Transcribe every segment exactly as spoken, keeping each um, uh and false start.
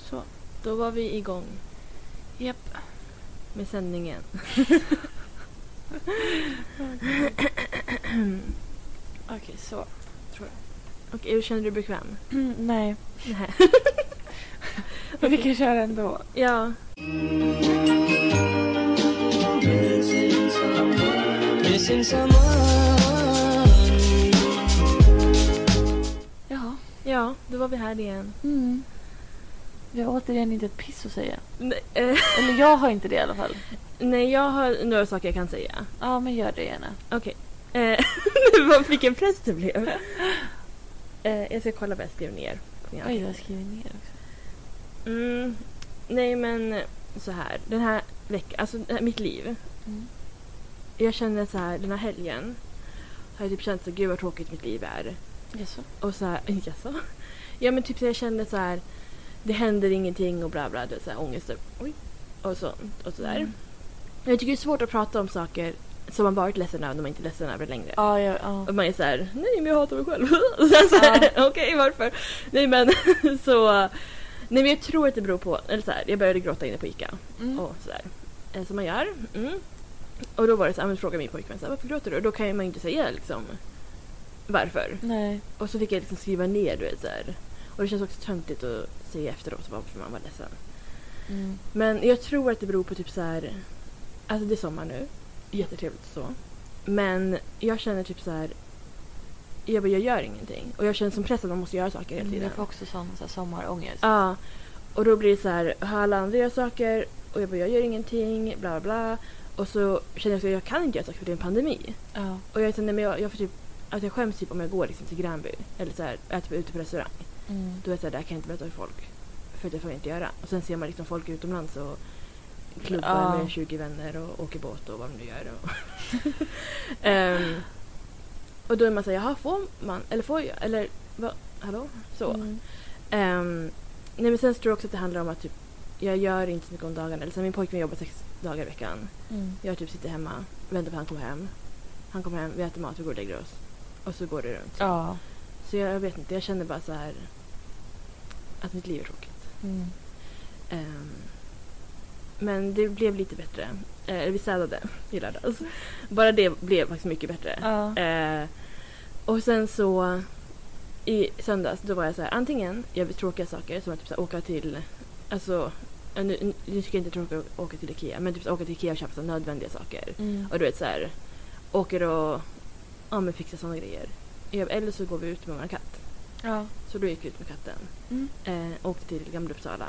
Så. Då var vi igång. Japp. Med sändningen. Okej, så. Tror jag. Okej, hur känner du dig bekväm? Mm, nej. Nej. Men vi kan köra ändå. Ja. Jaha. Ja, då var vi här igen. Mm. Vi har återigen inte ett piss att säga. Nej, eh, Eller jag har inte det i alla fall. nej, jag har några saker jag kan säga. Ja, men gör det gärna. Okej. Eh, vad- vilken press det blev. Eh, jag ska kolla vad jag skrev ner. på mina Oj, jag anteckningar. har skrivit ner också. Mm, nej, men så här. Den här veckan, alltså det här- mitt liv. Mm. Jag känner så här, den här helgen har jag typ känt så, gud vad tråkigt mitt liv är. Jaså? Och så här, jaså? Ja, men typ så jag kände så här, det händer ingenting och bla bla, det är så här ångest och, oj, och sånt och sådär. Mm. Jag tycker det är svårt att prata om saker som man varit ledsen över när man inte är ledsen över det längre. Ja, ja, ja. Och man är så här, nej men jag hatar mig själv. Och sen så här, Ja. okej, varför? Nej men så, nej men jag tror att det beror på, eller så här, jag började gråta inne på Ica. Mm. Och sådär. Eh, Som man gör. Mm. Och då var det så här, men fråga min pojkvän så här, varför gråter du? Och då kan man ju inte säga liksom varför. Nej. Och så fick jag liksom skriva ner, du vet så här. Och det känns också töntigt att säga efteråt varför man var ledsen. Mm. Men jag tror att det beror på typ så här, alltså det är sommar nu. Jättetrevligt och så. Men jag känner typ så här, jag, bara, jag gör ingenting. Och jag känner som press att man måste göra saker hela Mm, tiden. jag får också sån så här, sommarångest. Ja. Och då blir det så här, alla andra gör saker och jag bara, jag gör ingenting, bla bla bla. Och så känner jag att jag kan inte göra saker för det är en pandemi. Ja. Och jag känner, men jag, jag får typ, att jag skäms typ om jag går liksom till Gränby. Eller så här, äter ute på restaurang. Mm. Då är det så här, där kan jag inte berätta för folk. För det får jag inte göra. Och sen ser man liksom folk utomlands och klubbar Ja. med tjugo vänner och åker båt och vad de nu gör. Och, Ehm, och då är man så här, jaha, får man? Eller får jag? Eller, vad? Hallå? Så. Mm. Ehm, nej men sen tror jag också att det handlar om att typ, jag gör inte så mycket om dagarna. Eller så min pojkvän jobbar sex dagar i veckan. Mm. Jag typ sitter hemma, väntar på att han kommer hem. Han kommer hem, vi äter mat, vi går och lägger oss. Och så går det runt. Ja. Så jag, jag vet inte, jag känner bara så här att mitt liv är tråkigt. Mm. Ehm, men det blev lite bättre. Eh, vi städade i lördags. Bara det blev faktiskt mycket bättre. Ja. Eh, och sen så i söndags då var jag så här, antingen jag vill tråkiga saker som att typ så här, åka till, alltså eh, nu, nu tycker jag inte tråkigt att åka till Ikea, men typ så här, åka till Ikea och köpa så här, nödvändiga saker. Mm. Och du vet så här, åker och ja, men fixar sådana grejer. Jag- Eller så går vi ut med vår katt. Ja. Så då gick vi ut med katten. Mm. Eh, åkte till Gamla Uppsala.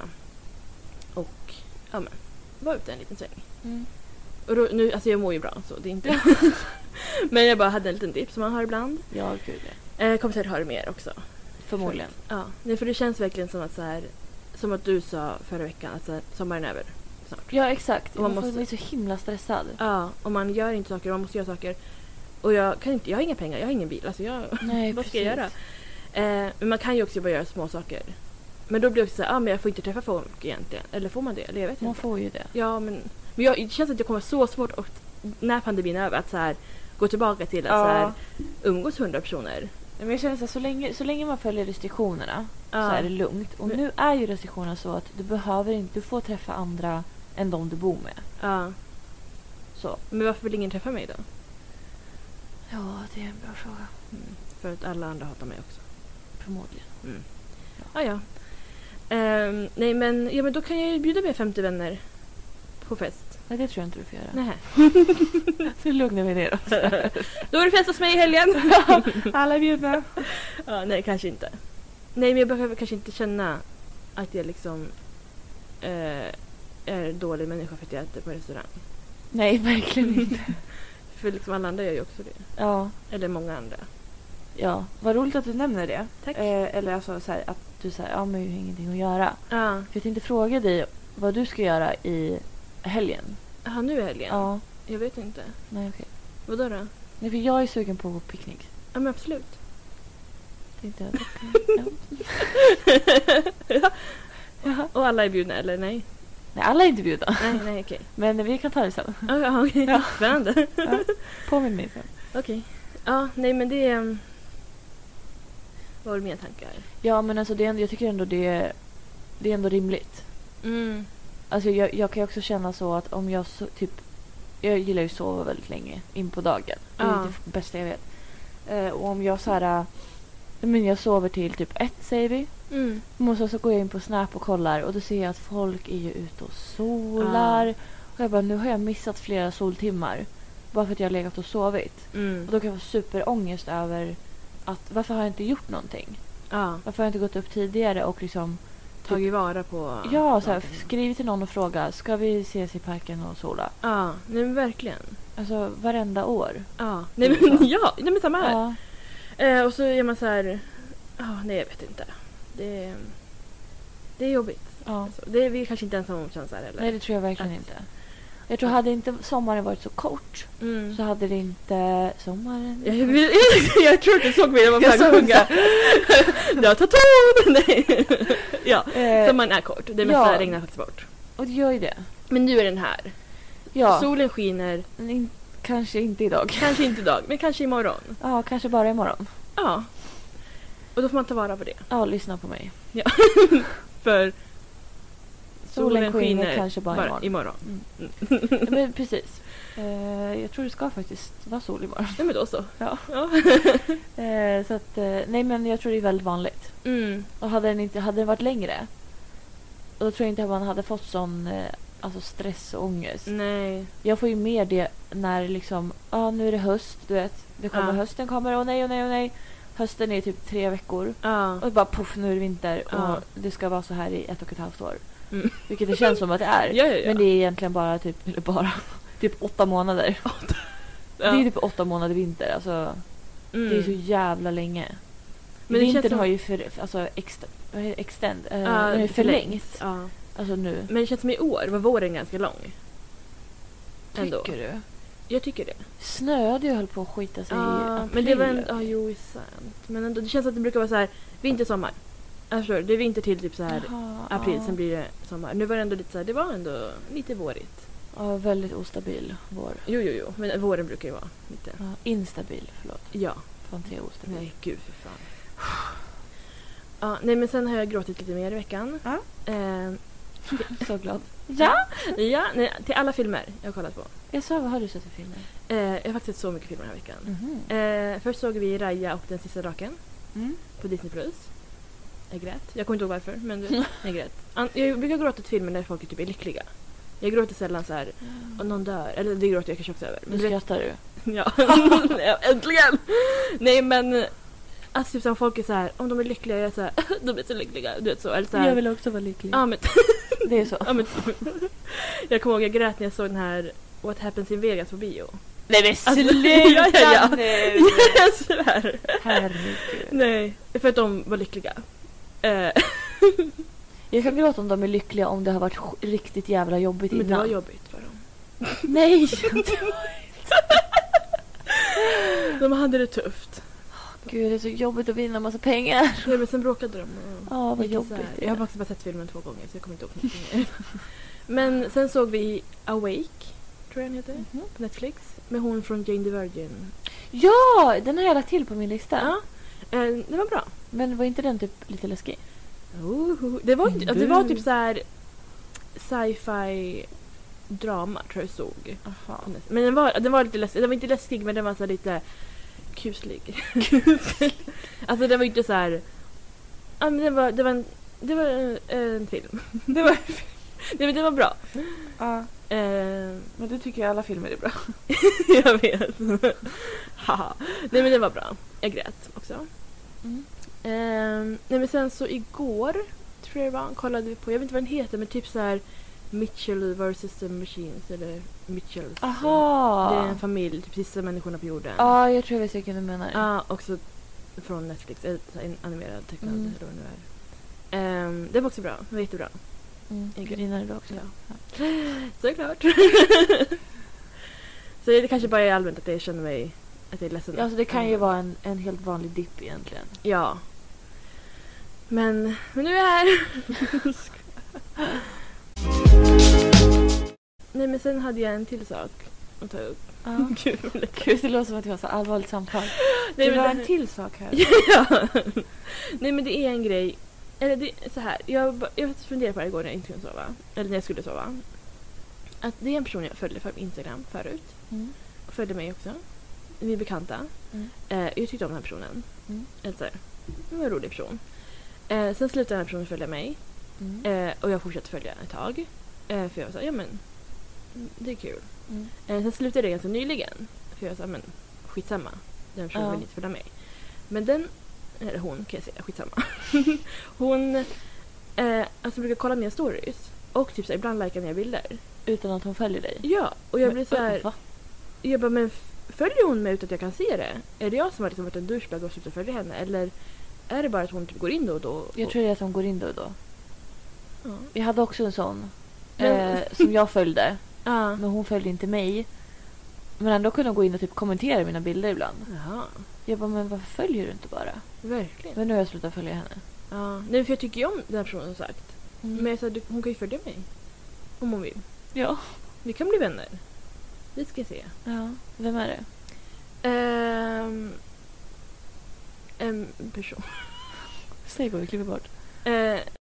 Och ja men, var ute en liten sväng. Mm. Och då, nu, alltså jag mår ju bra så det är inte men jag bara hade en liten dipp som man har ibland. Ja, gud ja. Eh, kommer säkert ha det mer också. Förmodligen. Ja, nej, för det känns verkligen som att så här, som att du sa förra veckan att så här, sommaren är över snart. Ja, exakt. Och man Man, måste- måste bli så himla stressad. Ja, och man gör inte saker, man måste göra saker. Och jag kan inte, jag har inga pengar, jag har ingen bil. Alltså jag, Nej, vad ska jag göra? precis. Eh, men man kan ju också bara göra små saker. Men då blir det också så här, ah, men jag får inte träffa folk egentligen. Eller får man det? Eller jag vet Man inte. får ju det. Ja, men, men jag, det känns att det kommer så svårt att, när pandemin är över att så här, gå tillbaka till att Ja. så här, umgås hundra personer. Men jag känner så, här, så, länge, så länge man följer restriktionerna Ja. så är det lugnt. Och Men- nu är ju restriktionerna så att du behöver inte, du får träffa andra än de du bor med. Ja. Så. Men varför vill ingen träffa mig då? Ja, det är en bra fråga. Mm. För att alla andra hatar mig också. Förmodligen. Mm. Ja. Ah, ja. Ehm, nej men, ja, men då kan jag ju bjuda med femtio vänner på fest. Nej, det tror jag inte du får göra. Nej. Nu lugnar vi ner oss. Då är det fest hos mig i helgen. Alla är bjudna. Ja, nej, kanske inte. Nej, men jag behöver kanske inte känna att jag liksom eh, är dålig människa för att jag äter på restaurang. Nej, verkligen inte. För liksom alla andra gör ju också det. Ja, Eller många andra. ja. Vad roligt att du nämner det. Tack. Eh, eller alltså så här, att du säger, ja men jag har ingenting att göra. Ja. För jag tänkte fråga dig vad du ska göra i helgen. Jaha, nu är helgen? Ja. Jag vet inte. Nej, okej. Vadå då? Nej, för jag är sugen på att gå på picknick. Ja, men absolut. Tänkte jag. Ja. Ja. Jaha. Och alla är bjudna, eller nej? Nej, alla är inte bjudna. Nej, nej, okej. Men vi kan ta det sen. Ja, ja, okej. Ja. Spännande. Ja. Påminn mig sen. Okej. Ja, nej men det är... Vad var det mina tankar? Ja, men alltså det är ändå, jag tycker ändå det är det är ändå rimligt. Mm. Alltså jag, jag kan ju också känna så att om jag så, typ, jag gillar ju att sova väldigt länge in på dagen. Det är Ja. det bästa jag vet. Eh, och om jag så här, men jag sover till typ ett säger vi. Mm. Och så, så går jag in på Snap och kollar och då ser jag att folk är ju ute och solar. Ja. Och jag bara, nu har jag missat flera soltimmar. Bara för att jag har legat och sovit. Mm. Och då kan jag få superångest över att varför har jag inte gjort någonting? Ja. Varför har jag inte gått upp tidigare och liksom Tagit vara på... ja, så här, någonting. skriv till någon och fråga, ska vi ses i parken och sola? Ja, nej men verkligen. Alltså varenda år. Ja, nej men ja, nej men samma här. Ja. Eh, och så är man så här, ja, nej jag vet inte. Det är, det är jobbigt. Ja. Alltså, det är vi kanske inte ens som känns så här eller. Nej, det tror jag verkligen Att- inte. Jag tror hade inte sommaren varit så kort Mm. så hade det inte sommaren. Jag, jag, jag tror att du såg mig när jag var Jag på väg att såg sjunga. Jag tar ton! Nej. Ja, Eh, sommaren är kort. Det mesta ja. regnar faktiskt bort. Och det gör ju det. Men nu är den här. Ja, Solen skiner. men in, kanske inte idag. Kanske inte idag, men kanske imorgon. Ja, kanske bara imorgon. Ja. Och då får man ta vara på det. Ja, lyssna på mig. För Solen skiner kanske bara imorgon. imorgon. Ja, men precis. Eh, jag tror det ska faktiskt vara sol imorgon. Nej men då så. Ja. Ja. Eh, så att, eh, nej men jag tror det är väldigt vanligt. Mm. Och hade den, inte, hade den varit längre och då tror jag inte att man hade fått sån eh, alltså stress och ångest. Nej. Jag får ju mer det när liksom, ja ah, nu är det höst, du vet. Det kommer Ja. hösten kommer, och nej och nej och nej. Hösten är typ tre veckor. Ja. Och bara puff, nu är det vinter. Ja. Och det ska vara så här i ett och ett halvt år. Mm. Vilket det känns som att det är. Ja, ja, ja. Men det är egentligen bara typ, eller bara, typ åtta månader. Ja. Det är typ åtta månader vinter. Alltså, Mm. det är så jävla länge. Men Men det känns vintern som- har ju för, alltså, ext, vad heter det? extend, eh, Ja, den är förlängt. förlängt. Ja. Alltså nu. Men det känns som i år var våren ganska lång. Ändå. Tycker du? Jag tycker det. Snöade ju höll på att skita sig i Ja, april. men det var en, ja, jo, är sant. Men ändå, det känns att det brukar vara så här vinter, sommar. Jag förstår, det är vinter till typ så här Jaha, april, ja. sen blir det sommar. Nu var det ändå lite så här, det var ändå lite vårigt. Ja, väldigt ostabil vår. Jo, jo, jo, men våren brukar ju vara lite. Ja, instabil, förlåt. Ja. Fan till ostabil. Nej, gud för fan. Ja, nej men sen har jag gråtit lite mer i veckan. Ja. Eh, Så glad. Ja? ja, nej, till alla filmer jag har kollat på. Jag sa, vad har du sett för filmer? Eh, jag har faktiskt sett så mycket filmer den här veckan. Mhm. Eh, först såg vi Raya och den sista draken Mm. på Disney plus. Jag grät. Jag kommer inte ihåg varför, men du, jag grät. An- jag brukar gråta till filmer när folk är typ är lyckliga. Jag gråter sällan så här och någon dör. Eller det gråter jag kanske också över. Nu Men du vet, skrattar du. ja. Ja, äntligen! Nej men alltså typ som folk är så här, om de är lyckliga, jag är så här, de är så lyckliga, du vet så. Eller så här, Jag vill också vara lycklig. ja, men, Det är så. ja, men, jag kommer ihåg jag grät när jag såg den här What Happens in Vegas på bio. Nej men Alltså, sluta ja, ja, ja. nu! Jag svär. Herregud. Nej, för att de var lyckliga. Eh, Jag kan gråta om de är lyckliga om det har varit sk- riktigt jävla jobbigt men det innan. var jobbigt för dem. Nej! De hade det tufft. Gud, det är så jobbigt att vinna massa pengar. Ja, men sen bråkade de. och Ja, vad gick jobbigt isär. det är. Jag har faktiskt bara sett filmen två gånger så jag kommer inte ihåg någonting mer. Men sen såg vi Awake, tror jag den heter, Mhm. på Netflix. Med hon från Jane the Virgin. Ja, den har jag lagt till på min lista. Ja, eh, det var bra. Men var inte den typ lite läskig? Oh, det, var, inte- det var typ så här sci-fi drama tror jag såg. Aha. Men den var, den var lite läskig. Den var inte läskig men den var så här lite kuslig. Alltså den var inte så här. Ja, men det var det var en det var en, en film. Det var Nej, men det var bra. Ja, Eh, men du tycker alla filmer är bra. jag vet. Haha. Nej men det var bra. Jag grät också. Mm. Eh, nej men sen så igår tror jag det var kollade vi på, jag vet inte vad den heter men typ så här Mitchell versus the Machines eller Mitchells. Aha. Det är en familj, typ sista människorna på jorden. Ja, jag tror jag vet vilken du menar. Ja, också från Netflix, eh, så här en animerad tecknad Mm. eller vad det nu är. Um, det var också bra, det var jättebra. Mm. Jag Grinade du också? Ja. Såklart. Så det kanske bara är allmänt att jag känner mig att jag är ledsen. Ja, alltså det kan ju vara en, en helt vanlig dipp egentligen. Ja. Men, men nu är jag här. Nej men sen hade jag en till sak att ta upp. Ja. Gud, vad lätt. Gud, det låter som att vi har så allvarligt samtal. Nej, Det men var det- en till sak här. Ja. Nej men det är en grej Eller det är så här. Jag, ba- jag funderade på det igår när jag inte kunde sova. Eller när jag skulle sova. Att det är en person jag följde på Instagram förut. Mm. Och följde mig också. Min bekanta. Mm. Eh, jag tyckte om den här personen. Mm. Eller så här. Det var en rolig person. Eh, sen slutade den här personen följa mig. Mm. Eh, och jag fortsatte följa ett tag. Eh, för jag var så här, ja men det är kul. Mm. Eh, sen slutade det ganska nyligen. För jag sa, men skitsamma. Den personen Ja. vill inte följa mig. Men den, eller hon kan jag säga, skitsamma. hon eh, alltså brukar kolla mina stories. Och typ så här, ibland likar nya bilder. Utan att hon följer dig? Ja, och jag Men, blir så här. va? Jag bara, men f- följer hon mig utan att jag kan se det? Är det jag som har liksom varit en douchebag och slutat följa henne? Eller är det bara att hon typ går in då och då? Och, Jag tror det är att hon går in då och då. Ja. Jag hade också en sån. Men- Eh, som jag följde. Ja. Men hon följde inte mig. Men ändå kunde hon gå in och typ kommentera mina bilder ibland. Jaha, Jag bara, men varför följer du inte bara? verkligen. Men nu har jag slutat följa henne. Ja. Nej, för jag tycker ju om den här personen som sagt. Mm. Men jag sa, du- hon kan ju följa mig. Om hon vill. Ja. Vi kan bli vänner. Det ska jag se. Ja. Vem är det? Ehm, en person. Säg vad vi klipper bort. Eh,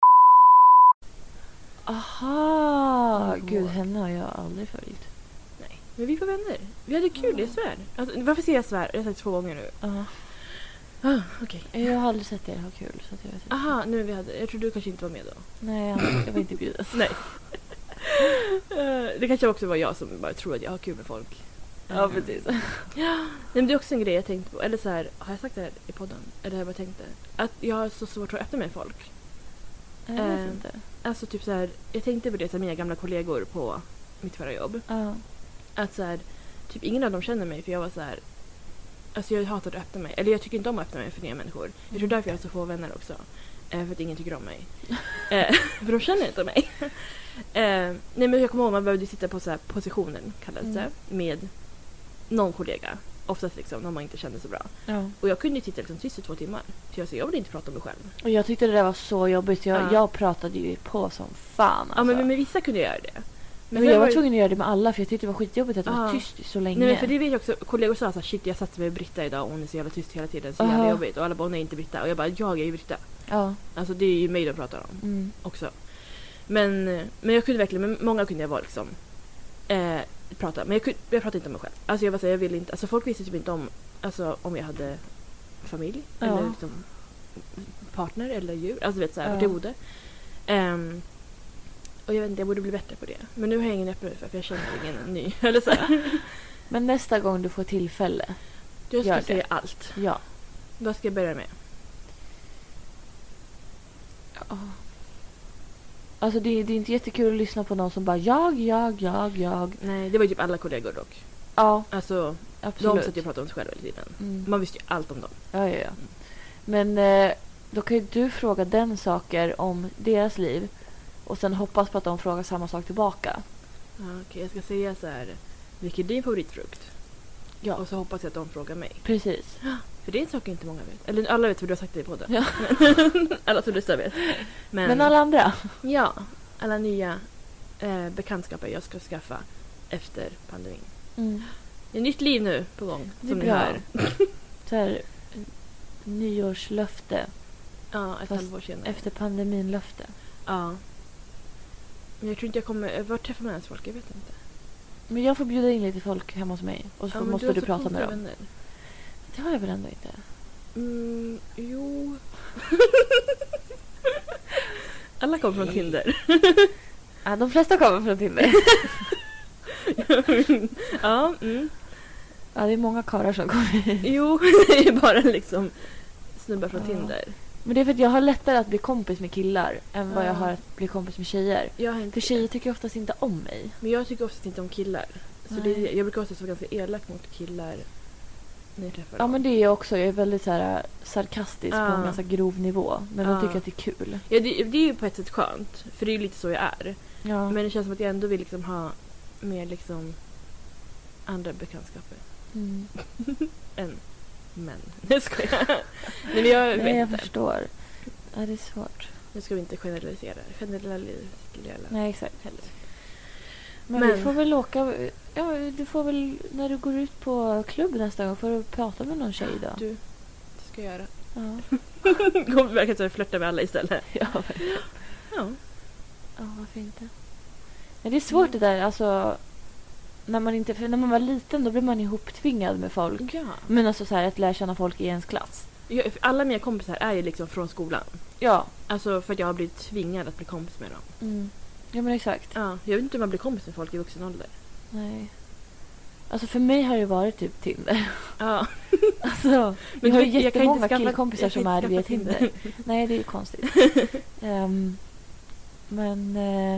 Aha! Mm. Gud, henne har jag aldrig följt. nej, men vi var vänner. Vi hade kul, jag svär. Alltså, varför säger jag svär? Jag har sagt två gånger nu. Ja. Ah, okej. Jag har aldrig sett er ha kul. Så att jag vet inte. Aha, nu vi hade. Jag tror du kanske inte var med då. Nej, jag, jag var inte bjuden. Nej. Eh, det kanske också var jag som bara tror att jag har kul med folk. Ja, precis. Nej, men det är också en grej jag tänkt på. Eller så här, har jag sagt det här i podden? Eller har jag bara tänkt det? Att jag har så svårt att öppna med folk. Jag vet Eh, inte. Alltså typ så här, jag tänkte på det, så här, mina gamla kollegor på mitt förra jobb. Ja. Att så här, typ ingen av dem känner mig för jag var så här. Alltså jag hatar att öppna mig. Eller jag tycker inte om att öppna mig för nya människor. Jag tror därför jag har så få vänner också. Eh, för att ingen tycker om mig. eh, för de känner inte mig. eh, nej men jag kommer ihåg man behövde sitta på så här positionen, kallades det. Mm. Med någon kollega. Oftast liksom, någon man inte kände så bra. Ja. Och jag kunde ju titta liksom tyst i två timmar. För jag, så jag ville inte prata om mig själv. Och jag tyckte det där var så jobbigt. Jag, Ja. jag pratade ju på som fan. Alltså. Ja men, men med vissa kunde jag göra det. Men sen jag var det- tvungen att göra det med alla för jag tyckte det var skitjobbigt att det var Ja. tyst så länge. Nej men för det vet jag också, kollegor sa såhär, shit jag satt med Britta idag och hon är så jävla tyst hela tiden, så jävla Aha. jobbigt. Och alla bara, hon är inte Britta. Och jag bara, jag är ju Britta. Ja. Alltså det är ju mig de pratar om Mm. också. Men, men jag kunde verkligen, men många kunde jag vara liksom eh, prata. Men jag, kunde, jag pratade inte om mig själv. Alltså jag var så här, jag ville inte, alltså folk visste typ inte om, alltså om jag hade familj. Ja. Eller liksom partner eller djur. Alltså vet såhär, Ja. vart jag bodde. Ehm, och jag vet inte, jag borde bli bättre på det. Men nu har jag ingen öppnare för, för jag känner ingen ny. Eller så här. Men nästa gång du får tillfälle. Jag ska Gör det. säga allt. Ja. Vad ska jag börja med? Ja. Alltså det, det är inte jättekul att lyssna på någon som bara jag, jag, jag, jag. Nej, det var ju typ alla kollegor dock. Ja, Alltså, absolut. de satt ju och pratade om sig själva hela tiden. Mm. Man visste ju allt om dem. Ja, ja, ja. Men eh, då kan ju du fråga den saker om deras liv. Och sen hoppas på att de frågar samma sak tillbaka. Ja, okej, jag ska säga så här. Vilken är din favoritfrukt? Ja. Och så hoppas jag att de frågar mig. Precis. För det är en sak inte många vet. Eller alla vet för du har sagt det i podden. Ja. alla som lyssnar vet. Men, Men alla andra? ja, alla nya eh, bekantskaper jag ska skaffa efter pandemin. Mm. Det är nytt liv nu på gång. Det är som ni bra. hör. Så här, nyårslöfte. Ja, ett Fast halvår senare. Efter pandeminlöfte. Ja. Men jag tror inte jag kommer... Vart träffar man ens folk? Jag vet inte. Men jag får bjuda in lite folk hemma hos mig. Och så Ja, men måste har du så prata konstiga med dem. vänner. Det har jag väl ändå inte. Mm, jo. Alla kommer från Tinder. Ja, de flesta kommer från Tinder. ja, mm. Ja, det är många karlar som kommer hit. Jo, det är ju bara liksom snubbar från Ja. Tinder. Men det är för att jag har lättare att bli kompis med killar än vad Ja. jag har att bli kompis med tjejer. Jag har inte För tjejer tycker oftast inte om mig. Men jag tycker oftast inte om killar. Så Nej. det är, jag brukar också vara ganska elak mot killar när jag träffar Ja, dem. men det är jag också. Jag är väldigt så här sarkastisk på Ja. en ganska grov nivå. Men Ja. de tycker att det är kul. Ja, det, det är ju på ett sätt skönt. För det är ju lite så jag är. Ja. Men det känns som att jag ändå vill liksom ha mer liksom andra bekantskaper Mm. än män. Nu ska jag. Nej, men jag vet Nej, jag inte. förstår. Ja, det är svårt. Nu ska vi inte generalisera. Generalisera. Nej, exakt. Heller. Men, Men- vi får väl åka... Ja, du får väl... När du går ut på klubb nästa gång får du prata med någon tjej då. Du, det ska jag göra. Ja. Kommer verkligen flörta med alla istället. Ja, verkligen. Ja. Ja, varför inte? Men det är svårt det där, alltså när man inte, för när man var liten då blev man ihoptvingad med folk. Ja. Men alltså så här att lära känna folk i ens klass. Ja, alla mina kompisar är ju liksom från skolan. Ja. Alltså för att jag har blivit tvingad att bli kompis med dem. Mm. Ja, men exakt. Ja, jag vet inte hur man blir kompis med folk i vuxen ålder. Nej. Alltså för mig har det varit typ Tinder. Ja. Alltså, Men jag har jag- ju jag kan jättemånga inte skaffa- killkompisar jag kan som är inte via skaffa Tinder. Tinder. Nej, det är ju konstigt. Ehm, men eh,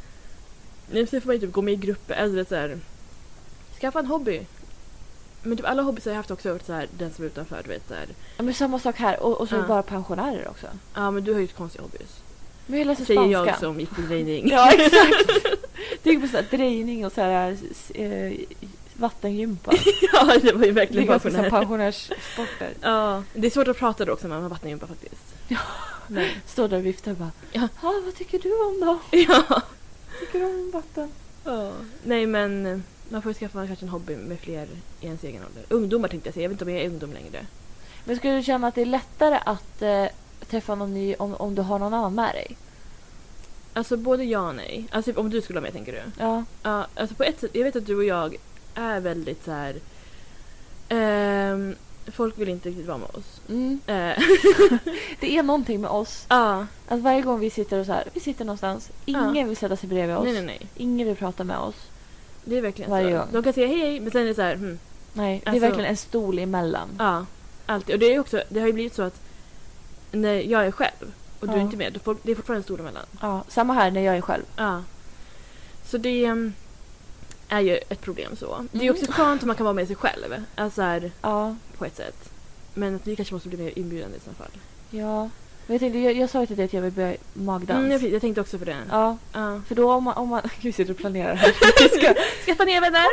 Nu får man ju typ gå med i grupper. Alltså det är så här, skaffa en hobby. Men typ alla hobbys har jag haft också varit så här, den som är utanför, du vet så här. ja, men samma sak här. Och, och så är det Ja. bara pensionärer också. Ja, men du har ju ett konstigt hobbys. Men jag läser Säger spanska. jag som gick på drejning. Ja, exakt. Det gick på så här drejning och så här eh, vattengympa. Ja, det var ju Det är verkligen ganska så här pensionär. pensionärssporter. Ja, det är svårt att prata då också när man har vattengympa faktiskt. Ja. Men, Står där och viftar och bara, Ja. ja, vad tycker du om då? ja. Tycker du om vatten? ja. Nej, men man får ju skaffa kanske en hobby med fler i ens egen ålder. Ungdomar tänkte jag säga. Jag vet inte om jag är ungdom längre. Men skulle du känna att det är lättare att eh, träffa någon ny om, om du har någon annan med dig? Alltså både ja och nej. Alltså om du skulle vara med, tänker du? Ja. Ja, alltså på ett sätt, jag vet att du och jag är väldigt så här. Ehm, folk vill inte riktigt vara med oss. Mm. Eh, Det är någonting med oss. ja, Att varje gång vi sitter och så här, vi sitter någonstans, ingen Ja. vill sätta sig bredvid oss. nej, nej, nej. Ingen vill prata med oss. Det är verkligen Varje så. gång. De kan säga hej, men sen är det så här, hmm, Nej, det är Alltså- verkligen en stol emellan. ja, alltid. Och det är också, det har ju blivit så att när jag är själv och du Ja. är inte med, då får, det är fortfarande en stol emellan. Ja, samma här när jag är själv. Ja. Så det um, är ju ett problem så. Det är Mm. också skönt om man kan vara med sig själv. Alltså här, Ja, på ett sätt. Men att vi kanske måste bli mer inbjudande i så fall. ja. Men jag, tänkte, jag, jag sa ju till dig att jag vill börja magdans. Mm, jag, jag tänkte också på det. Ja, Ja. för då om man... Om man vi sitter och planerar här. Vi ska, Skaffa ner vänner!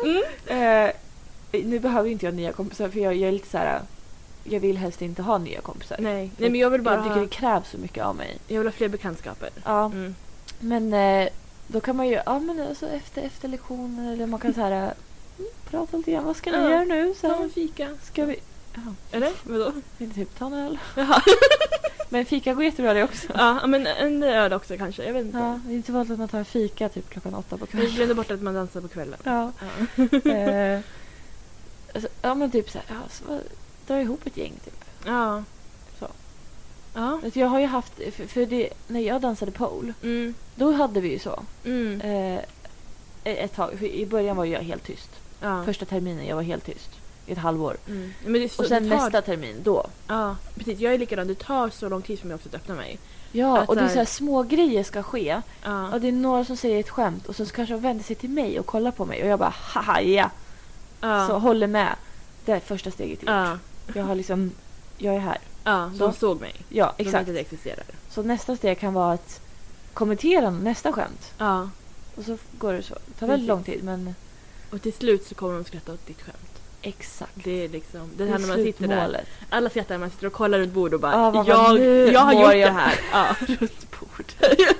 Mm. eh, nu behöver inte jag nya kompisar för jag, jag är lite så här. Jag vill helst inte ha nya kompisar. Nej. Nej, men jag vill bara jag tycker ha, det krävs så mycket av mig. jag vill ha fler bekantskaper. Ja, Mm. men eh, då kan man ju... Ja, men alltså efter, efter lektionen eller man kan så här... Mm, prata lite grann. Vad ska ni Ja. göra nu? Så Ta här, en fika. ska vi... Ja, Eller? Vadå? vill ni typ ta en öl? Jaha. Men fika går jättebra det också. Ja, men en öl också kanske. Jag vet inte. Ja, det är inte vanligt att man tar en fika typ klockan åtta på Jag kvällen. glömde bort att man dansar på kvällen. Ja. Ja. eh, alltså, ja men typ så här, ja, så, dra ihop ett gäng typ. Ja. Så. Ja. Alltså, jag har ju haft, för, för det, när jag dansade pole, Mm. då hade vi ju så. Mm. Eh, ett tag, för i början var jag helt tyst. Ja. Första terminen jag var helt tyst. I ett halvår. Mm. Men det är så, Och sen det tar, nästa termin, då. Ja, precis. Jag är likadan. Det tar så lång tid för mig också att öppna mig. Ja, Att och det är så så här- här små grejer ska ske. Ja. Och det är några som säger ett skämt och så kanske de vänder sig till mig och kollar på mig. Och jag bara, haha, ja. Ja. Så håller med. Det är första steget gjort. Ja. Jag har liksom, jag är här. Ja, de Så. såg mig. Ja, De vet exakt. att det existerar. Så nästa steg kan vara att kommentera nästa skämt. Ja. Och så går det så. Det tar väldigt Precis. lång tid, men Och till slut så kommer de skratta åt ditt skämt. exakt. Det är liksom, det Det här är när man sitter där. slutmålet. Alla skrattar när man sitter och kollar runt bord och bara, Ja, vad jag, fan, nu jag har mår gjort jag. det här. Ja. Runt bord.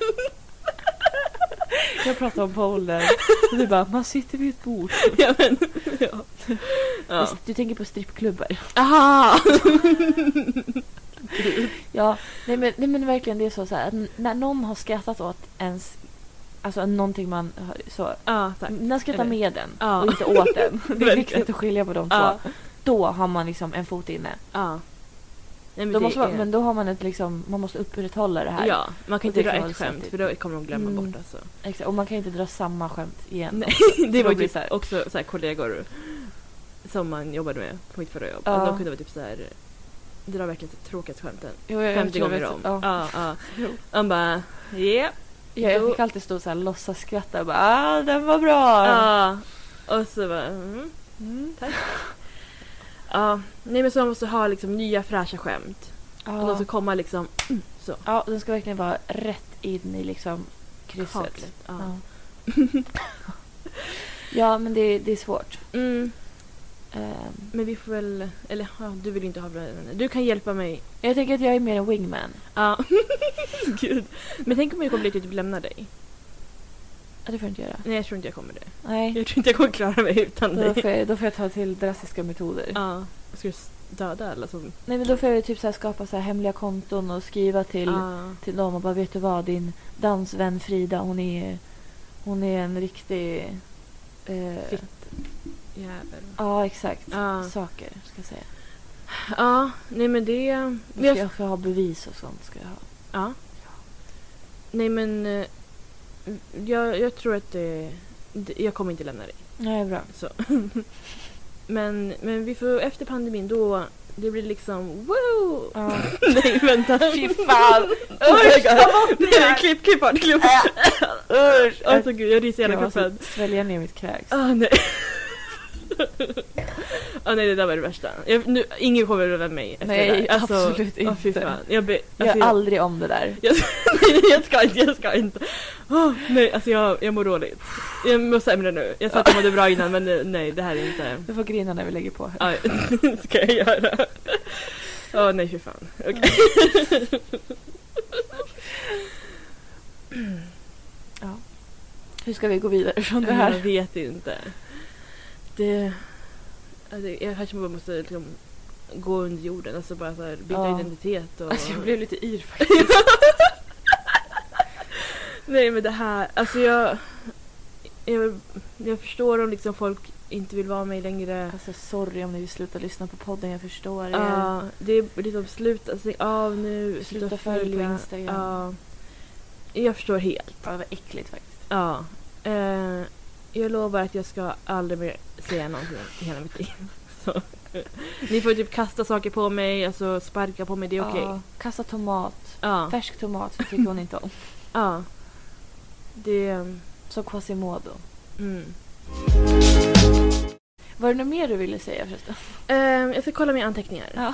Jag pratar om polen. Och du bara, man sitter vid ett bord. Ja, men, ja. Ja. Du tänker på strippklubbar. Aha! Ja, nej men, nej men verkligen det är så, så här, att n- när någon har skrattat åt ens, alltså någonting man har, så, Ja, tack. när skrattar Eller- med den Ja. och inte åt den. Det är Verkligen. viktigt att skilja på de Ja. två. Då har man liksom en fot inne. Ja. Nej, men Då det måste man, är- men då har man ett liksom, man måste upprätthålla det här. Ja, man kan Och inte det dra kan vara ett skämt svettigt. för då kommer de glömma Mm. bort alltså. Exakt, och man kan inte dra samma skämt igen. Nej, det Då var ju blir typ så här- också så här kollegor som man jobbade med på mitt förra jobb. Ja. Och de kunde vara typ så här, dra verkligen så tråkiga skämten. Jo, jag, jag femtio tror gånger jag om. vet. Ja. Ja, ja. Jo. Man bara, yeah. Ja, jag Jo. fick alltid stå så här låtsas skratta och bara, ah, den var bra. Ja. Och så bara, mm, Mm. tack. Ja, nej men så man måste ha liksom nya fräscha skämt. Och de Ja. ska komma liksom, mm, så. Ja, den ska verkligen vara rätt in i liksom krysset. Kaklet. Ja. Ja. Ja, men det, det är svårt. Mm, Ehm, men vi får väl, eller ja, du vill inte ha bra vänner. Du kan hjälpa mig. jag tänker att jag är mer en wingman. Ja. Gud. Men tänk om jag kommer dit och typ lämna dig. Ja, det får jag inte göra. Nej, jag tror inte jag kommer det. Nej, Jag tror inte jag kommer klara mig utan då dig. får jag, då får jag ta till drastiska metoder. Ja. Jag ska s- döda alla som... Nej, men då får jag typ så här skapa så här hemliga konton och skriva till, Ah. till dem och bara, vet du vad, din dansvän Frida, hon är, hon är en riktig... Eh, Fitt jävel. ja, exakt. Ja. Saker, ska jag säga. Ja, nej men det... Jag Men ska, jag, jag ska ha bevis och sånt, ska jag ha. ja. Nej men... eh, Jag, jag tror att det, det... Jag kommer inte lämna dig. Nej, bra. Så. men, men vi får... Efter pandemin då... Det blir liksom... Wow! Ja. nej, vänta. Fy fan! Usch! Nej, Klipp, klipp bort, klipp bort. Usch! Alltså gud, jag ryser hela Jag måste kroppen. svälja ner mitt kräks. Ah, nej. ah, nej, det där var det värsta. Jag, nu, ingen kommer över mig efter Nej, det där. Alltså, absolut ah, fy inte. fan. Jag, be, Gör alltså, jag, aldrig om det där. jag, jag ska inte, jag ska inte. Oh, nej, alltså jag, jag mår dåligt. Jag mår sämre nu. Jag sa att jag mådde bra innan, men eh, nej, det här är inte... Du får grina när vi lägger på. Ah, ska jag göra? Åh, oh, nej, fy fan. Okej. Ja. Hur ska vi gå vidare från det Jag här? vet inte. Det... Alltså, jag kanske bara måste liksom gå under jorden, alltså bara så här, byta Ja. identitet och... Alltså jag blev lite yr faktiskt. Nej men det här, alltså jag, jag jag förstår om liksom folk inte vill vara med längre. Alltså sorry om ni vill sluta lyssna på podden, jag förstår er. Ja, det är liksom sluta sig av nu, Sluta följa på Instagram. Ja. Jag förstår helt. Ja, det var äckligt faktiskt. Ja. Eh, jag lovar att jag ska aldrig mer säga någonting i hela mitt liv. Så. Ni får typ kasta saker på mig, alltså sparka på mig, det är okej. Ja, kasta tomat. Ja. Färsk tomat tycker hon inte om. Ja. Det... Så Quasimodo. Mm. Var det något mer du ville säga förresten? Eh, jag ska kolla mina anteckningar. Ja.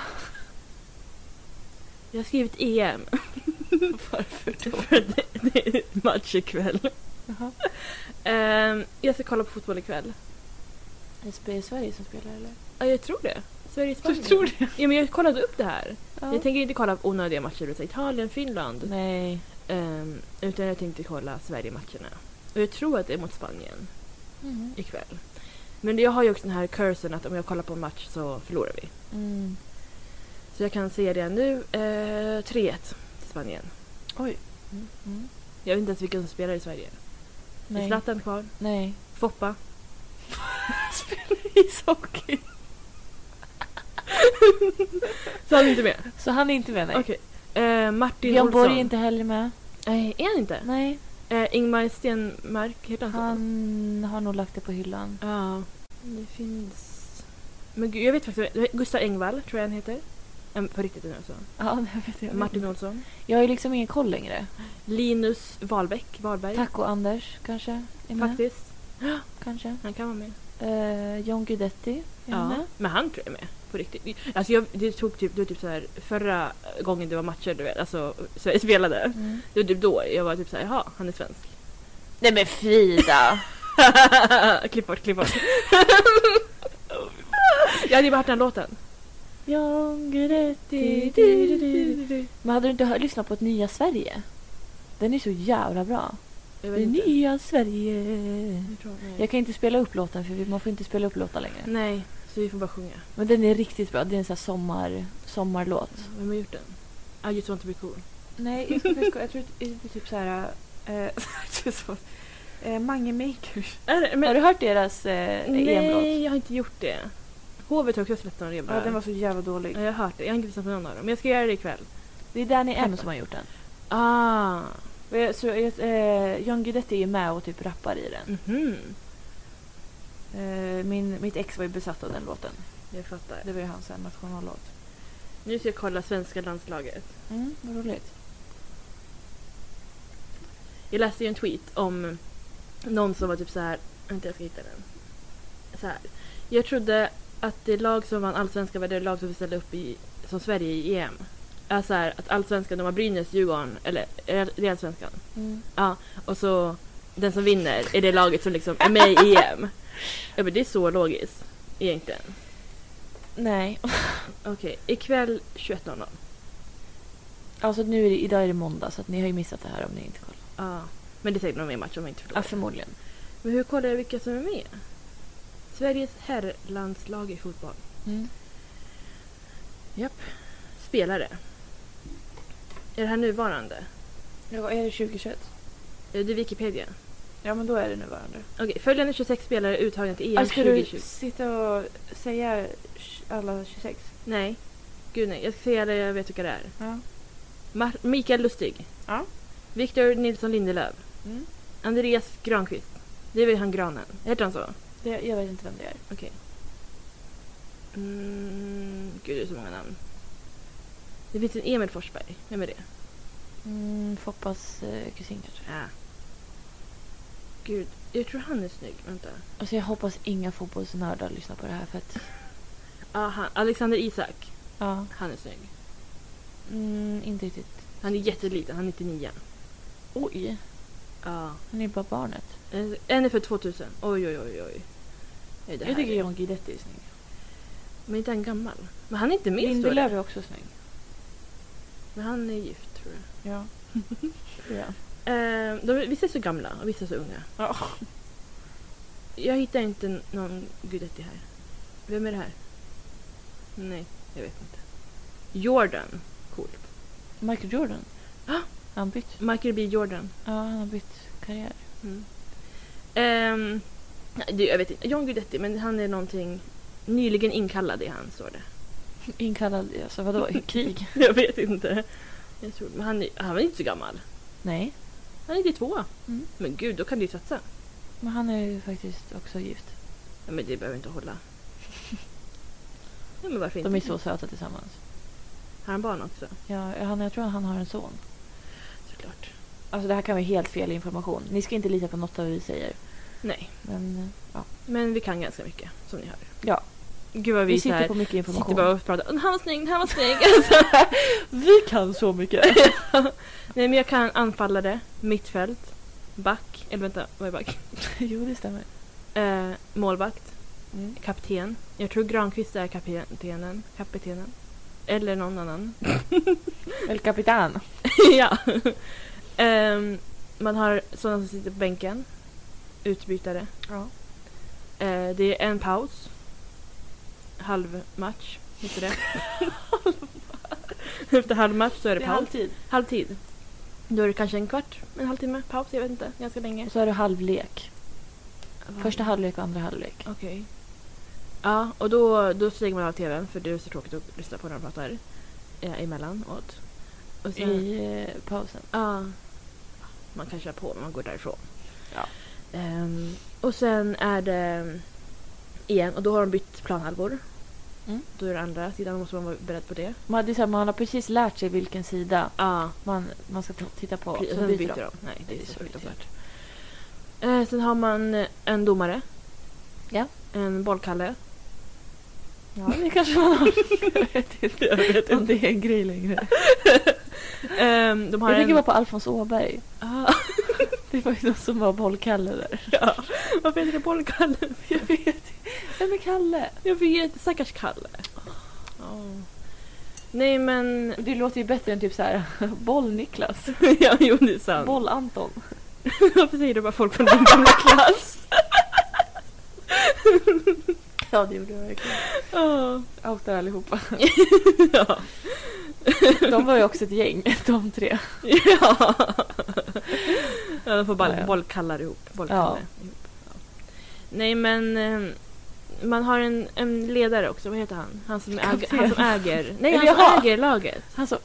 Jag har skrivit E M. Varför då? För det, det är match ikväll. Jaha. Eh, jag ska kolla på fotboll ikväll. S B Sverige som spelar eller? Ja, jag tror det. Sverige-Spanien. Du tror det? Ja, men jag kollade upp det här. Ja. Jag tänker inte kolla onödiga matcher, så Italien, Finland. Nej. Um, utan jag tänkte kolla Sverige-matcherna. Och jag tror att det är mot Spanien Mm. ikväll. Men jag har ju också den här cursen att om jag kollar på en match så förlorar vi. Mm. Så jag kan se det nu. Uh, tre ett till Spanien. Oj. Mm. Mm. Jag vet inte ens vilka som spelar i Sverige. Är Nej. Zlatan kvar? Nej. Foppa? Spelar ishockey. Så han är inte med? Så han är inte med, nej. Okej. Eh, Martin Björn Olsson. Borg är inte heller med. Nej, är han inte? Nej. Eh, Ingmar Stenmark, heter han så? Han har nog lagt det på hyllan. Ja. Det finns... Men gud, jag vet faktiskt. Gustav Engvall, tror jag han heter. Um, på riktigt nu alltså. Ja, det vet jag. Martin Olsson. Jag har ju liksom ingen koll längre. Linus Wahlbeck, Wahlberg. Taco Anders kanske är med. Faktiskt. Kanske. Han kan vara med. Uh, John Guidetti är Ja, med. men han tror jag är med. På riktigt. Alltså jag, det tog typ, det var typ så här, förra gången det var matcher, du vet, alltså Sverige spelade. Mm. Det var typ då jag var typ så här, jaha, han är svensk. Nej men Frida! klipp bort, klipp bort. Jag hade ju bara hört den låten. John Guidetti. du, du, du, du. Men hade du inte hört, lyssnat på ett Nya Sverige? Den är så jävla bra. Jag Det vet inte. nya Sverige. Jag tror, nej. Jag kan inte spela upp låten för vi- man får inte spela upp låtar längre. Nej, så vi får bara sjunga. Men den är riktigt bra. Det är en sån här sommar, sommarlåt. Vem har gjort den? I just want to be cool. Nej, jag, ska, jag, jag tror att det är typ så här... Eh, så, eh, Mange Makers. Är det, men, Har du hört deras eh, E M-låt? nej, jag har inte gjort det. Hovet har också släppt någon reba. Ja, den var så jävla dålig. Ja, jag har hört det. Jag har inte lyssnat på någon av dem. Men jag ska göra det ikväll. Det är Danny M som har gjort den. Ah. Och jag, så, jag, eh, John Guidetti är med och typ rappar i den. Mhm. Eh, min, mitt ex var ju besatt av den låten. Jag fattar. Det var ju hans här nationallåt. Nu ska jag kolla svenska landslaget. Mm, vad roligt. Jag läste ju en tweet om någon som var typ så här. Vänta, jag ska hitta den. Så här. Jag trodde att det lag som vann allsvenskan var det lag som vi ställde upp i som Sverige i E M. Alltså här, att allsvenskan, de har Brynäs, Djurgården, eller är det allsvenskan? Mm. Ja, och så den som vinner är det laget som liksom är med i E M. Ja, men det är så logiskt egentligen. Nej. Okej, okay. Ikväll tjugoett noll noll. Alltså nu är det, idag är det måndag så att ni har ju missat det här om ni inte kollar. Ja, men det är säkert någon mer match om jag inte förstår. Ja, förmodligen. Men hur kollar jag vilka som är med? Sveriges herrlandslag i fotboll. Mm. Japp. Spelare. Är det här nuvarande? Ja, vad är det tjugohundratjugoett? Är det Wikipedia? Ja, men då är det nuvarande. Okej, följande tjugosex spelare är uttagna till E M Alltså, ska du tjugohundratjugo. sitta och säga alla tjugosex? Nej. Gud nej, jag ska säga det, jag vet vilka det är. Ja. Mar- Mikael Lustig. Ja. Victor Nilsson Lindelöf. Mm. Andreas Granqvist. Det är väl han Granen. Heter han så? Det, jag vet inte vem det är. Okej. Mm, gud, det är så många namn. Det finns en Emil Forsberg. Vem är det? Mm, Foppas eh, kusin kanske. Ja. Gud, jag tror han är snygg. Vänta. Alltså jag hoppas inga fotbollsnördar lyssnar på det här för att... Ah, han. Alexander Isak. Ja. Han är snygg. Mm, inte riktigt. Han är jätteliten, han är nittionio. Oj, Ja. han är bara barnet. Eh, En är för tvåtusen. Oj, oj, oj, oj. Nej, det Jag här tycker är- John Guidetti är snygg. Men inte han gammal. Men han är inte med, står Lindelöf det. är också snygg. Men han är gift, tror jag. Ja. ja. Eh, de, vissa är så gamla och vissa är så unga. ja. Jag hittar inte någon Guidetti här. Vem är det här? Nej, jag vet inte. Jordan. Coolt. Michael Jordan. Ah! Har han bytt? Michael B. Jordan. Ja, han har bytt karriär. Mm. Ehm, nej, det, jag vet inte. John Guidetti, men han är någonting nyligen inkallad i han, står det. Inkallad, alltså vadå? Krig? Jag vet inte. Jag tror, men han, är, han var inte så gammal. Nej. Han är nittiotvå. Mm. Men gud, då kan du ju satsa. Men han är ju faktiskt också gift. Ja, men det behöver inte hålla. Ja, men varför inte? De är så söta tillsammans. Har han barn också? Ja, han, jag tror att han har en son. Såklart. Alltså det här kan vara helt fel information. Ni ska inte lita på något av vi säger. Nej, Men ja. men vi kan ganska mycket, som ni hör. Ja. Gud vad vi, Vi så här, sitter på mycket information. sitter bara och pratar. "Åh, han var snygg, han var snygg. Alltså. Vi kan så mycket. Nej, men jag kan anfallare, mittfält, back. Eller vänta, vad är back? Jo, det stämmer. Eh, målvakt, Mm. kapten. Jag tror Granqvist är kaptenen. Kaptenen. Eller någon annan. El Capitan. ja. Ehm, man har sådana som sitter på bänken. Utbytare. Ja. Eh, det är en paus. Halvmatch, heter det. Efter halvmatch så är det, Det är paus. halvtid. Halvtid. Då är det kanske en kvart, en halvtimme paus, jag vet inte. Ganska länge. Och så är det halvlek. Första halvlek och andra halvlek. Okej. Ja, och då, då stänger man av tvn för det är så tråkigt att lyssna på när de pratar eh, emellanåt. Och sen, I eh, pausen. ja, man kan köra på när man går därifrån. Ja. Ehm, och sen är det igen, och då har de bytt planhalvor. Mm. Då är det andra sidan, då måste man vara beredd på det. Man, det är så här, man har precis lärt sig vilken sida Ja, man, man ska t- titta på. och Så sen byter byter de. de. Nej, det är Det är så så fruktansvärt. Eh, sen har man en domare. Ja. En bollkalle. Ja, det kanske man har. Jag vet inte Jag vet om det är en grej längre. Ehm, de har Jag tänker en... bara på Alfons Åberg. Ah, Det var ju någon som var bollkalle där. ja. Varför heter det bollkalle? Jag vet inte. Vem är Kalle? Jag vet, stackars Kalle. Oh. Nej, men... Det låter ju bättre än typ så här Boll-Niklas. ja, jo, det är sant. Boll-Anton. Varför säger du bara folk från din gamla klass? Ja, det gjorde jag verkligen. Oh. Outar allihopa. ja. De var ju också ett gäng, de tre. ja. ja, de får bara Ja, ja. bollkallar ihop. Bollkalle Ja. ihop. Ja. Nej, men... eh, Man har en, en ledare också, vad heter han? Han som, äger, Kapten. han som äger... Nej, Eller han som jaha. äger laget. Han som...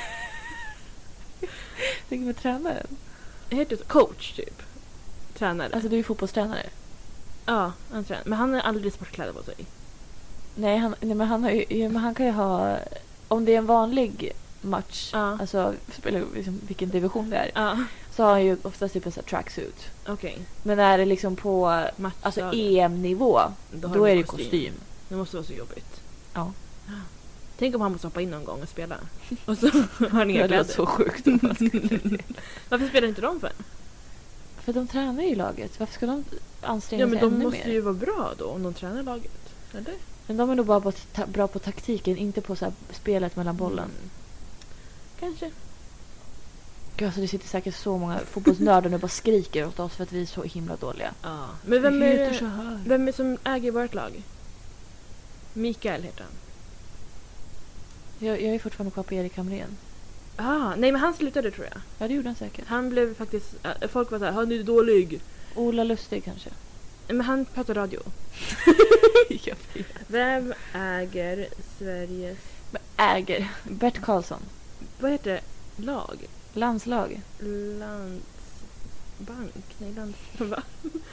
Tänk med tränaren. Heter det coach, typ. Tränare. Alltså du är ju fotbollstränare. ja, han tränar. Men han har aldrig sportkläder på sig. Nej, han, nej men, han har ju, ja, men han kan ju ha... Om det är en vanlig match, Ja. alltså spelar liksom vilken division det är, Ja, så har han ju oftast typ en sån här tracksuit. okej. Men är det liksom på Match. alltså E M-nivå, Då, då, har de är det kostym. Det måste vara så jobbigt. Ja. Tänk om han måste hoppa in någon gång och spela. Och så har han inga Det kläder. låter så sjukt. om man skulle- Varför spelar inte de för? För de tränar ju i laget. Varför ska de anstränga Ja, men sig de ännu måste mer? ju vara bra då om de tränar laget. Eller? Men de är nog bara på ta- bra på taktiken, inte på så här spelet mellan bollen. Mm. Kanske. Gud, alltså det sitter säkert så många fotbollsnördar nu och bara skriker åt oss för att vi är så himla dåliga. Ja. Men vem Det är, heter det, så här. vem är som äger vårt lag? Mikael heter han. Jag, jag är fortfarande kvar på Erik Hamrén. Ah, nej men han slutade tror jag. Ja, det gjorde han säkert. Han blev faktiskt, äh, folk var såhär, han är dålig. Ola Lustig kanske. Men han pratar radio. Jag vet. Vem äger Sveriges... Men äger. Bert Karlsson. Vad heter det? Lag? Landslag. Landsbank? Nej, lands... Va?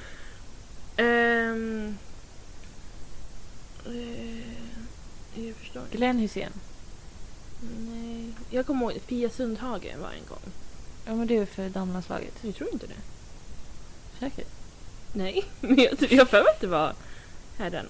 Ehm... eh, jag förstår inte. Glenn Hysén. Nej. Jag kommer ihåg Pia Sundhage var en gång. Ja, men det är för damlandslaget. Jag tror inte det. Säkert. Nej, men jag tror jag för mig att det var herrarna.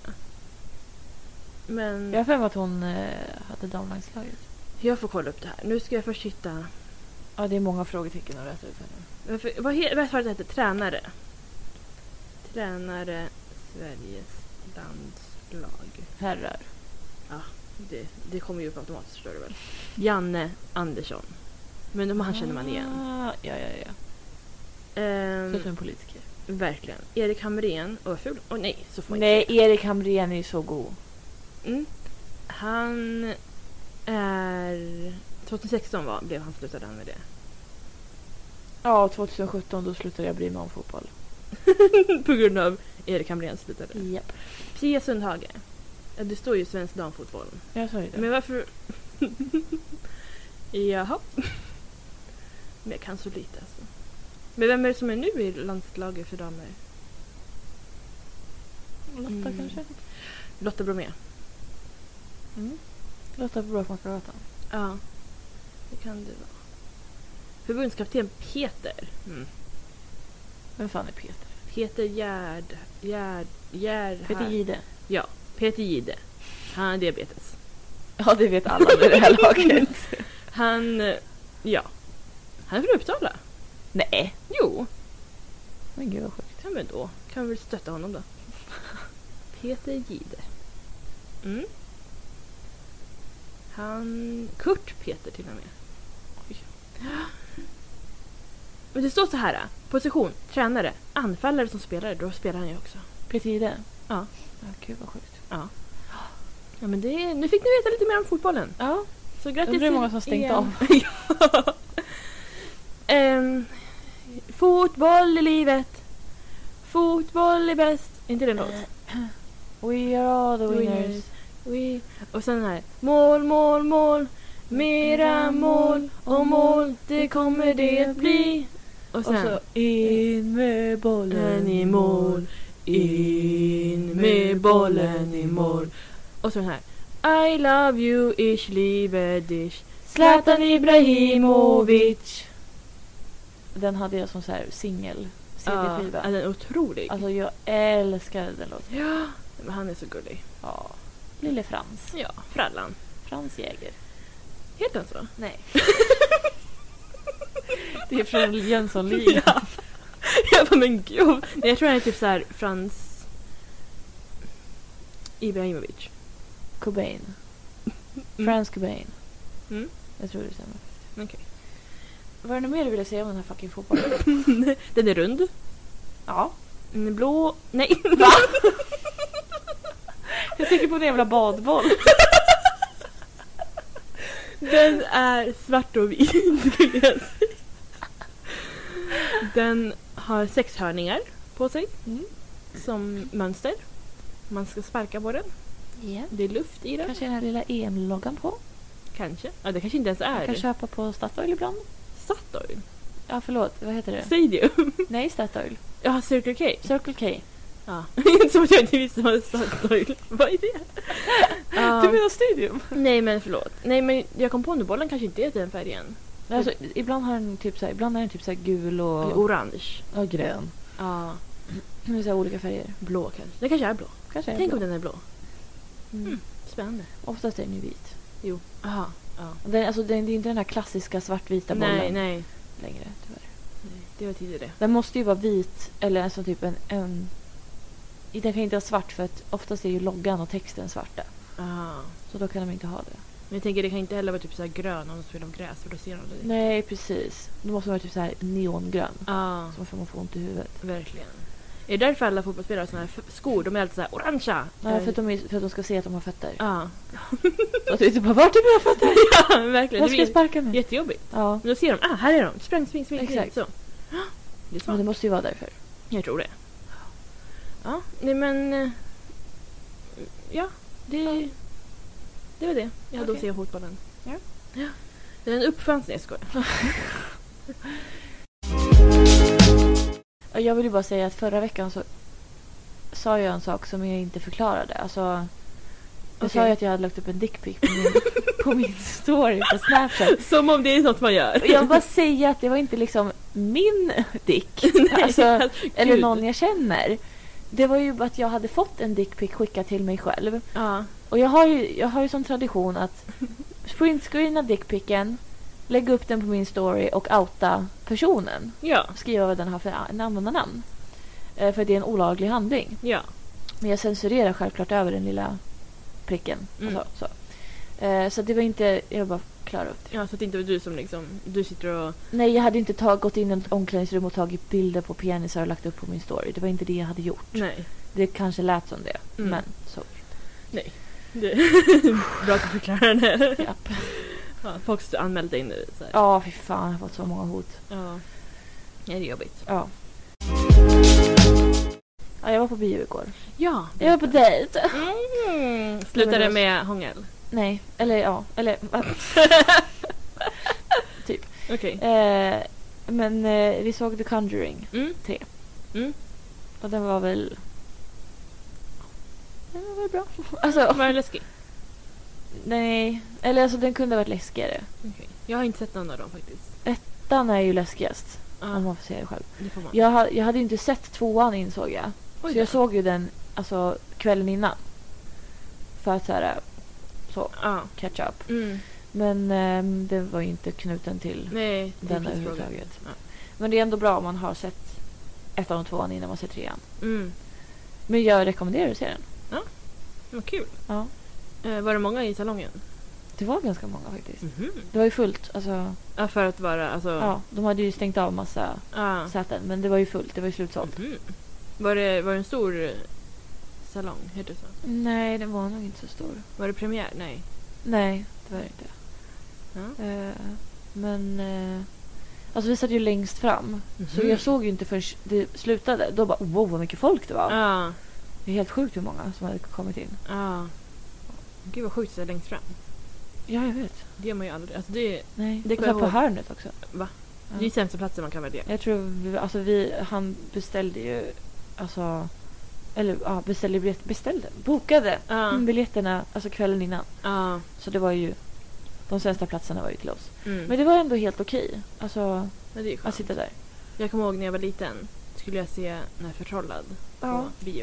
Men Jag har för mig att hon eh, hade damlandslaget. jag får kolla upp det här. Nu ska jag först hitta... Ja, det är många frågetecken att rätta ut här nu. Varför, vad he- vad var det heter? Tränare. Tränare Sveriges landslag. Herrar. Det, det kommer ju upp automatiskt, förstår du väl. Janne Andersson. Men de, han känner man igen. Ah, ja, ja, ja. Ehm, Så som en politiker. verkligen. Erik Hamrén. Åh, ful. Åh nej, så får man Nej, inte Erik Hamrén är ju så god. säga. Mm. Han är... tjugohundrasexton var, blev han slutade han med det. Ja, tjugohundrasjutton då slutade jag bry mig om fotboll. På grund av Erik Hamrén slutade. Japp. Pia Sundhage. Ja, det står ju svensk damfotboll. Jag sa ju det. Men varför... Jaha. Men jag kan så lite alltså. Men vem är det som är nu i landslaget för damer? Lotta Mm. kanske? Lotta Bromé. Mm. Lotta på Bråkmakargatan. Ja, det kan det vara. Förbundskapten Peter. Mm. Vem fan är Peter? Peter Gärd... Gärd... Gärd... Peter Gide. Ja, Peter Gide. Han har diabetes. Ja, det vet alla vid det här laget. Han... eh, Ja. Han är från Uppsala. Nej. Jo. Men gud vad sjukt. Ja, men då kan vi väl stötta honom då. Peter Gide. Mm. Han... Kurt Peter till och med. Oj. Men det står så här. Position, tränare, anfallare som spelare. Då spelar han ju också. Peter Gide? Ja. Ja, gud vad sjukt. Ja. Ja, men det... Nu fick ni veta lite mer om fotbollen. Ja. Så grattis Undrar hur många till som stängt er. av. Ja. Ehm, fotboll i livet. Fotboll är bäst. Inte det en låt? We are all the winners. Winners. We... Och sen här. Mål, mål, mål. Mera mål och mål. Det kommer det att bli. Och Och sen. så in med bollen bollen i mål. In med bollen i mål. Och så den här. I love you, ich liebe dich. Zlatan Ibrahimovic. Den hade jag som så här singel C D-skiva. Ja, den är otrolig. Alltså jag älskar den låten. Ja, men han är så gullig. Ja. Lille Frans. Ja, Frallan. Frans Jäger. Heter han så? Nej. Det är från Jönssonligan. Ja. Jag bara, men gud. Nej, jag tror han är typ så här Frans Ibrahimovic. Cobain. Mm. Frans Cobain. Mm. Jag tror det stämmer. Okej. Vad är det mer du ville säga om den här fucking fotbollen? Den är rund. Ja. Den är blå. Nej. Va? Jag tänker på en jävla badboll. Den är svart och vit. skulle jag säga. Den har sex hörningar på sig. Mm. Som mönster. Man ska sparka på den. Yeah. Det är luft i den. Kanske den här lilla E M-loggan på. Kanske. Ja, det kanske inte ens är. Man kan köpa på Statoil ibland. Statoil. Ja, förlåt. Vad heter det? Stadium. Nej, Statoil. Ja, Circle K. Circle K. Ja. Inte som att jag inte visste vad Statoil. Vad är det? Ja. Du menar Stadium? Nej, men förlåt. Nej, men jag kom på nu. Bollen kanske inte är den färgen. Alltså, ibland har den typ så här, ibland är den typ så här gul och Eller orange. och grön. Ja. Det är så här olika färger. Blå kanske. Det kanske är blå. Kanske är Tänk blå. om den är blå. Mm. Mm. Spännande. Oftast är den ju vit. Jo. Aha. Ja. Den, alltså, den, det är inte den här klassiska svartvita bollen Nej, nej, längre, tyvärr. nej. Det var tidigare. Den måste ju vara vit eller alltså typ en, en... Den kan inte vara svart för att oftast är ju loggan och texten svarta. Aha. Så då kan de inte ha det. Men jag tänker det kan inte heller vara typ så här grön om de spelar om gräs för då ser de det. Nej, precis. Då måste det vara typ så här neongrön. Ja, Så får man få ont i huvudet. verkligen. Är det därför alla fotbollsspelare har såna här f- skor? De är alltid så här orangea. Nej, för att, de är, för att de ska se att de har fötter. Ja. Och du typ bara, vart är mina fötter? Ja, verkligen. Jag Det ska blir sparka mig. jättejobbigt. Ja, Men då ser de, ah, här är de. Spräng, spring, spring. Exakt. Så. Det är men smart. det måste ju vara därför. Jag tror det. Ja, nej men... eh, Ja, det... Det var det. Jag hade Okej. att se fotbollen. Ja. Ja. Det är en uppfanns, jag skojar. Jag vill ju bara säga att förra veckan så sa jag en sak som jag inte förklarade. Alltså, jag Okej. sa ju att jag hade lagt upp en dickpic på min, på min story på Snapchat. Som om det är något man gör. Och jag vill bara säga att det var inte liksom min dick. Nej, Alltså, eller gud. någon jag känner. Det var ju bara att jag hade fått en dickpic skickad till mig själv. Ja. Och jag har ju, jag har ju som tradition att printscreena dickpicen, lägga upp den på min story och outa personen. Ja. Skriva vad den har för en användarnamn. Eh, för det är en olaglig handling. Ja. Men jag censurerar självklart över den lilla pricken. Mm. Alltså, så. Eh, så det var inte... Jag bara klara upp det. Ja, så att det inte var du som liksom... Du sitter och... Nej, jag hade inte tag, gått in i ett omklädningsrum och tagit bilder på penisar och lagt upp på min story. Det var inte det jag hade gjort. Nej. Det kanske lät som det. Mm. Men så. Nej. Det... Bra att du förklarar det. Japp. Ja, folk anmälde in det så här. Ja, fy fan. Jag har fått så många hot. Ja. Ja, det är jobbigt. Ja. Ja, jag var på bio igår. Ja. Jag var på dejt. Mm. Slutade det med hångel? Nej, eller ja. Eller... typ. Okej. Eh, men eh, vi såg The Conjuring Mm. tre. Mm. Och den var väl... Den var väl bra. Alltså, Var det läskig? nej. Eller alltså den kunde ha varit läskigare. Okej. Jag har inte sett någon av dem faktiskt. Ettan är ju läskigast. Ja, Om man får säga det själv. det får man. Jag, ha, jag hade ju inte sett tvåan insåg jag. Oj Så jag då. såg ju den alltså, kvällen innan. För att så här, så, Ja. catch up. Mm. Men ehm, det var ju inte knuten till Nej, det är den en fråga. överhuvudtaget. Ja. Men det är ändå bra om man har sett ettan och tvåan innan man ser trean. Mm. Men jag rekommenderar att se den. Vad kul. Ja. Eh, var det många i salongen? Det var ganska många faktiskt. Mhm. Det var ju fullt. Alltså, Ja, för att vara... Alltså... ja, de hade ju stängt av massa Ja. säten. Men det var ju fullt. Det var ju slutsålt. Mhm. Var, det, var det en stor eh, salong? Heter det så? Nej, den var nog inte så stor. Var det premiär? Nej. Nej, det var det inte. Ja. Eh, men... Eh, alltså vi satt ju längst fram. Så Mhm. jag såg ju inte förrän det slutade. Då bara, wow vad mycket folk det var. Ja. Det är helt sjukt hur många som hade kommit in. Ja. Gud vad sjukt att längst fram. Ja, jag vet. Det gör man ju aldrig. Alltså det, Nej, Det det kommer var jag på ihåg. hörnet också. Va? Ja. Det är sämsta platsen man kan välja. Jag tror vi, alltså vi, han beställde ju, alltså, eller ja, beställde, biljett, beställde, bokade Ja. mm, biljetterna alltså kvällen innan. Ja. Så det var ju, de sämsta platserna var ju till oss. Mm. Men det var ändå helt okej, alltså, Ja, det är att skönt. sitta där. Jag kommer ihåg när jag var liten skulle jag se den här Förtrollad på Ja. bio.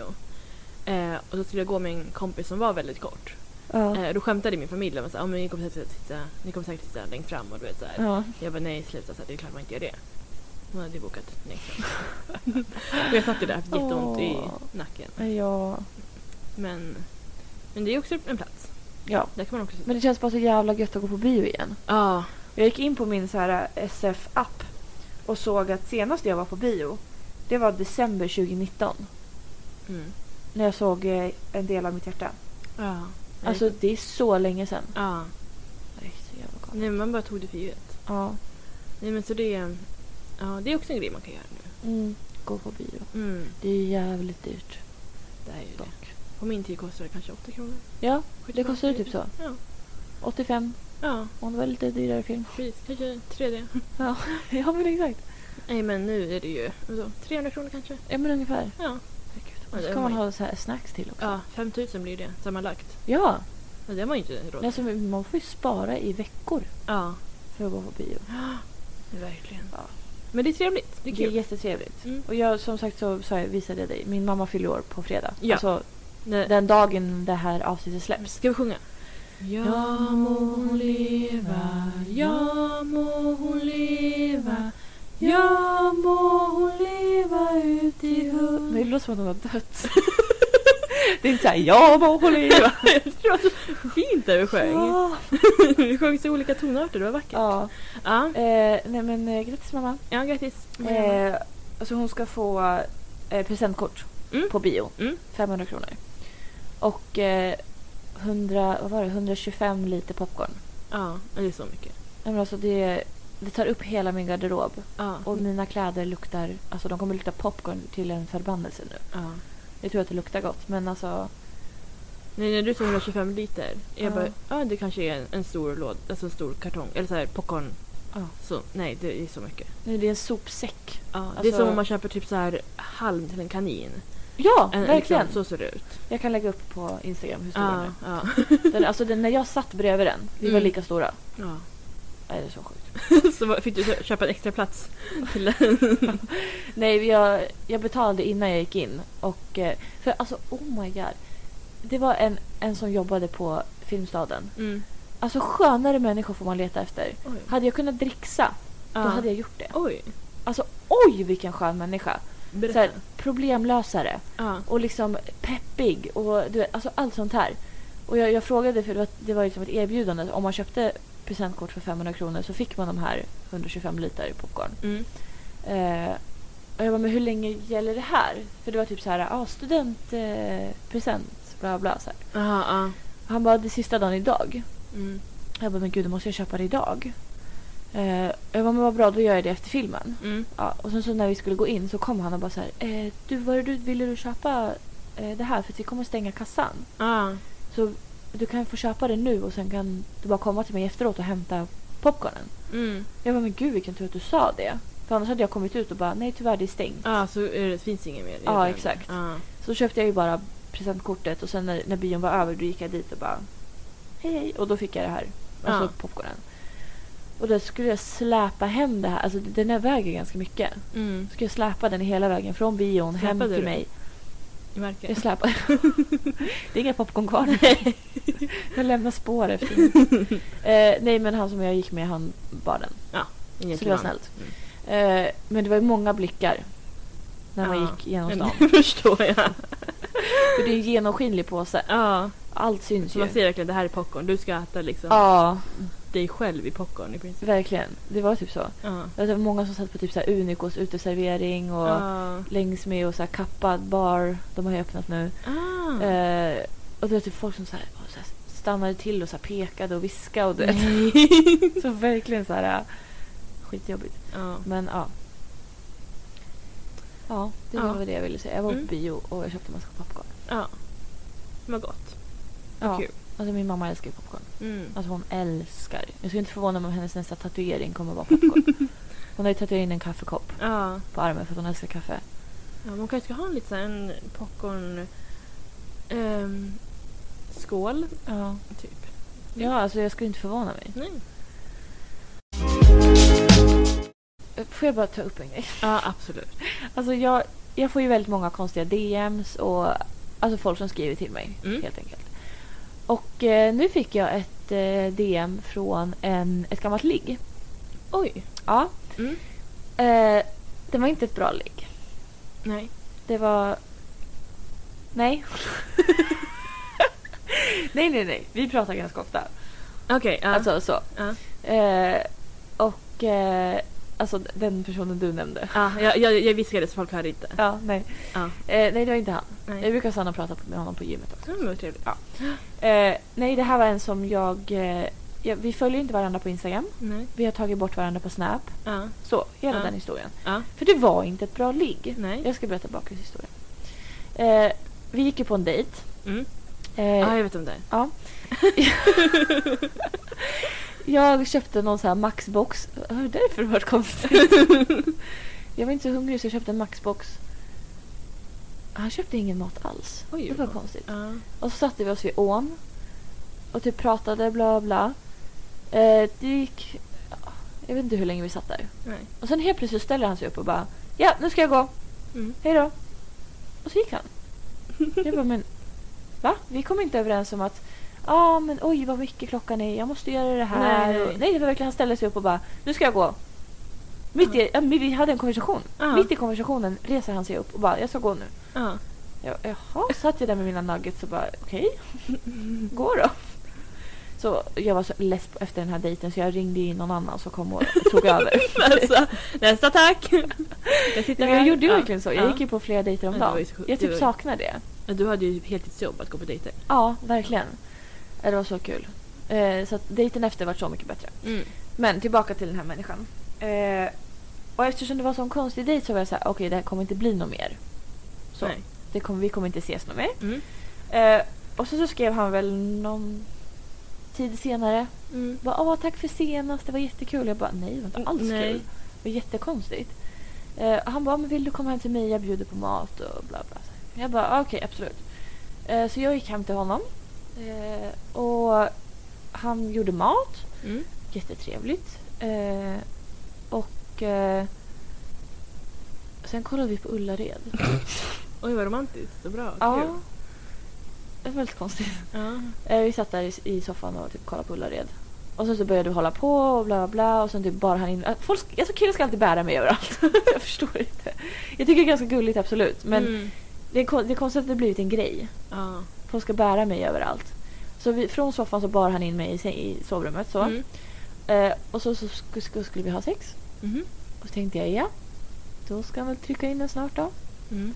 Eh, och då skulle jag gå med en kompis som var väldigt kort. Ja. Eh, då skämtade min familj om att oh, ni kommer säkert sitta, ni kommer säkert sitta längst fram och du vet så här. Ja. Jag bara nej, sluta så här, det är klart man inte gör det. Hon hade ju bokat längst fram. Och jag satt ju där och haft jätteont i Åh. nacken. Ja. Men, men det är också en plats. Ja. Där kan man också sitta. Men det känns bara så jävla gött att gå på bio igen. Ja. Jag gick in på min så här S F-app och såg att senast jag var på bio, det var december tjugonitton. Mm. När jag såg eh, En del av mitt hjärta. Ja. Alltså det är så länge sedan. Ja. Det är så jävla galet. Nej, man bara tog det för givet. Ja. Nej, men så det är... Ja, det är också en grej man kan göra nu. Mm. Gå på bio. Mm. Det är jävligt dyrt. Det är ju det. Dock. På min tid kostade det kanske åtta kronor. Ja, det kostar ju typ så. Ja. åttiofem. Ja, Om det var lite dyrare film. precis. Kanske tre D. Ja, ja men exakt. Nej, men nu är det ju vadå, trehundra kronor kanske. Ja men ungefär. Ja. Herregud. Ja, Och det så kan var man ju- ha så här snacks till också. Ja, fem tusen blir det sammanlagt. Ja. Men det var ju inte råd. Alltså, man får ju spara i veckor Ja, för att gå på bio. verkligen. Ja. Men det är trevligt. Det är Det är kul. jättetrevligt. Mm. Och jag, som sagt så, så jag visade jag dig. Min mamma fyller år på fredag. Ja. Alltså Nej. den dagen det här avsnittet släpps. Ska vi sjunga? Ja må hon leva, ja må hon leva, ja må hon leva ut i hull. Men det låter som att hon har dött. Det är inte såhär, ja må hon leva. Jag tror det var så fint där vi sjöng. Ja. Vi sjöng så olika tonarter, det var vackert. Ja. Ja, Eh, nej men eh, grattis mamma. ja grattis. Eh, alltså hon ska få eh, presentkort Mm. på bio. Mm. femhundra kronor. Och eh, hundra, vad var det? hundratjugofem liter popcorn. Ja, det är så mycket. Men alltså det, det tar upp hela min garderob. Ja. Och mina kläder luktar, alltså de kommer lukta popcorn till en förbannelse nu. Ja. Jag tror att det luktar gott, men alltså... Nej, när du sa hundratjugofem liter, jag Ja. bara, ja det kanske är en, en stor låd, alltså en stor kartong, eller så här popcorn. Ja. Så, nej, det är så mycket. Nu, det är en sopsäck. Ja, det Alltså- är som om man köper typ så här halm till en kanin. Ja, En, verkligen. Liksom, så ser det ut. Jag kan lägga upp på Instagram hur stor Ja, den ja. är. Den, alltså den, när jag satt bredvid den, vi var Mm. lika stora. ja. Nej, det är så sjukt. Så vad- fick du kö- köpa en extra plats till Nej, jag, jag betalade innan jag gick in. Och, eh, för alltså, oh my god. Det var en, en som jobbade på Filmstaden. mm. Alltså skönare människor får man leta efter. Oj. Hade jag kunnat dricksa, Ja. då hade jag gjort det. Oj, Alltså oj vilken skön människa. Så berätta. här, problemlösare. Ja. Och liksom peppig. Och du vet, alltså allt sånt här. Och jag, jag frågade, för det var, det var liksom ett erbjudande. Om man köpte presentkort för femhundra kronor så fick man de här hundratjugofem liter popcorn. Mm. Eh, och jag bara, men hur länge gäller det här? För det var typ så här, ah, studentpresent, eh, present, bla bla så här. Aha, ja. Han bara, det är sista dagen idag. Mm. Jag bara, men gud, då måste jag köpa det idag. Eh, jag bara, men vad bra, då gör jag det efter filmen. Mm. Ja, och sen så när vi skulle gå in så kom han och bara så här, eh, du, var du, ville du köpa eh, det här för att vi kommer stänga kassan? Ja. Så du kan få köpa det nu och sen kan du bara komma till mig efteråt och hämta popcornen. Mm. Jag bara, men gud vilken tur att du sa det. För annars hade jag kommit ut och bara, nej tyvärr det är stängt. Ja, så är det, det finns inget mer. Ja, exakt. Ja. Så köpte jag ju bara presentkortet och sen när, när bion var över då gick jag dit och bara, hej hej. Och då fick jag det här. Alltså Ja. popcornen. Och då skulle jag släpa hem det här. Alltså den här väger ganska mycket. Mm. Ska jag släpa den hela vägen från bion hem Släpade till du? mig. Jag märker. Jag släpar. Det är inga popcorn kvar. Jag lämnar spår efter mig. eh, nej, men han som jag gick med, han bar den. Ingen Så det var plan. snällt. Eh, men det var ju många blickar när man Ja. gick genom Men stan. det förstår jag. För det är en genomskinlig påse. Ja, Allt syns så ju. man ser verkligen det här är popcorn. Du ska äta liksom Ja, dig själv i popcorn i princip. verkligen. Det var typ så. Ja. Det var många som satt på typ så här Unicos uteservering och Ja. längs med och så här Kappad bar. De har ju öppnat nu. Ah. Eh, och det var typ folk som så här, och så här stannade till och så här pekade och viskade och du vet. Nej. Så verkligen så här skitjobbigt. Ja. Men ja. Ja, det Ja. var väl det jag ville säga. Jag var på Mm. bio och jag köpte en massa popcorn. Ja. Vad gott. Ja, Kul. alltså min mamma älskar ju popcorn. Mm. Alltså hon älskar. Jag skulle inte förvåna mig om hennes nästa tatuering kommer att vara popcorn. Hon har ju tatuerat in en kaffekopp Ja. på armen för att hon älskar kaffe. Ja, man kanske ska ha en lite så här en popcorn ehm, skål Ja. typ. Ja, alltså jag skulle inte förvåna mig. Nej. Får jag bara ta upp en grej? Ja, absolut. Alltså jag, jag får ju väldigt många konstiga D Ms och alltså folk som skriver till mig Mm. helt enkelt. Och eh, nu fick jag ett eh, D M från en, ett gammalt ligg. Oj. Ja. Mm. Eh, det var inte ett bra ligg. Nej. Det var... Nej. nej, nej, nej. Vi pratar ganska ofta. Okej, ja. Alltså så. Ja. Eh, och eh, alltså den personen du nämnde. Ja, jag, jag, jag viskade så folk hörde inte. Ja, nej. Ja. Eh, nej, det var inte han. Nej. Jag brukar stanna och prata med honom på gymmet också. Ja, men vad trevligt. Eh, nej, det här var en som jag... Eh, ja, vi följer inte varandra på Instagram. Nej. Vi har tagit bort varandra på Snap. Ja. Så, hela Ja. den historien. Ja. För det var inte ett bra ligg. Nej. Jag ska berätta bakgrundshistorien. Eh, vi gick ju på en dejt. Mm. Eh, Ja, jag vet om det. ja. Jag köpte någon sån här Maxbox. Hur är det därför det var konstigt? Jag var inte så hungrig så jag köpte en Maxbox. Han köpte ingen mat alls. Oj, Det var vad- konstigt. Ja. Och så satte vi oss vid ån. Och typ pratade bla bla. Eh, det gick... ja, jag vet inte hur länge vi satt där. Nej. Och sen helt plötsligt ställer han sig upp och bara, ja, nu ska jag gå. Mm. Hej då. Och så gick han. Jag bara, men va? Vi kom inte överens om att ja, ah, men oj vad mycket klockan är. Jag måste göra det här. Nej. Nej, det var verkligen han ställde sig upp och bara, nu ska jag gå. Mitt i, ja, vi hade en konversation. Ja. Mitt i konversationen reser han sig upp och bara, jag ska gå nu. Ja. Jag, jaha, satt jag där med mina nuggets och bara, okej, gå då. Så jag var så less på- efter den här dejten så jag ringde in någon annan som kom och tog över. Alltså, nästa tack! Jag sitter Men jag här. gjorde ju Ja. verkligen så. Jag Ja. gick ju på flera dejter om Men det var dagen. ju så sjukt. Jag Det typ var- saknar det. Men du hade ju heltidsjobb att gå på dejter. Ja, verkligen. Det var så kul. Eh, så att dejten efter var så mycket bättre. Mm. Men tillbaka till den här människan. Eh, och eftersom det var så en konstig dejt så var jag så här: okej, det här kommer inte bli något mer. Så. Nej. Det kommer, vi kommer inte ses något mer. Mm. Eh, och så, så skrev han väl någon tid senare. Mm. Bara, åh, tack för senast, det var jättekul. Jag bara, nej, det var inte alls Nej. kul. Det var jättekonstigt. Eh, och han bara, men vill du komma hem till mig? Jag bjuder på mat och bla bla. Jag bara, okej, absolut. Eh, så jag gick hem till honom. Eh, och han gjorde mat. Mm. Jättetrevligt. Eh, och eh, sen kollade vi på Ullared. Oj, vad romantiskt. Så bra. Ja. Kul. Det var väldigt konstigt. Ja. Eh, vi satt där i, i soffan och typ kollade på Ullared. Och sen så började vi hålla på och bla bla. Och sen typ bara han in. äh, Folk, alltså killar ska alltid bära mig överallt. Jag förstår inte. Jag tycker det är ganska gulligt, absolut. Men Mm. det, är, kon- det är konstigt att det blivit en grej. Ja. Folk ska bära mig överallt. Så vi, från soffan så bar han in mig i, säng- i sovrummet. Så. Mm. Eh, och så, så sk- sk- skulle vi ha sex. Mhm. Och så tänkte jag, ja. Då ska han väl trycka in den snart då. Mm.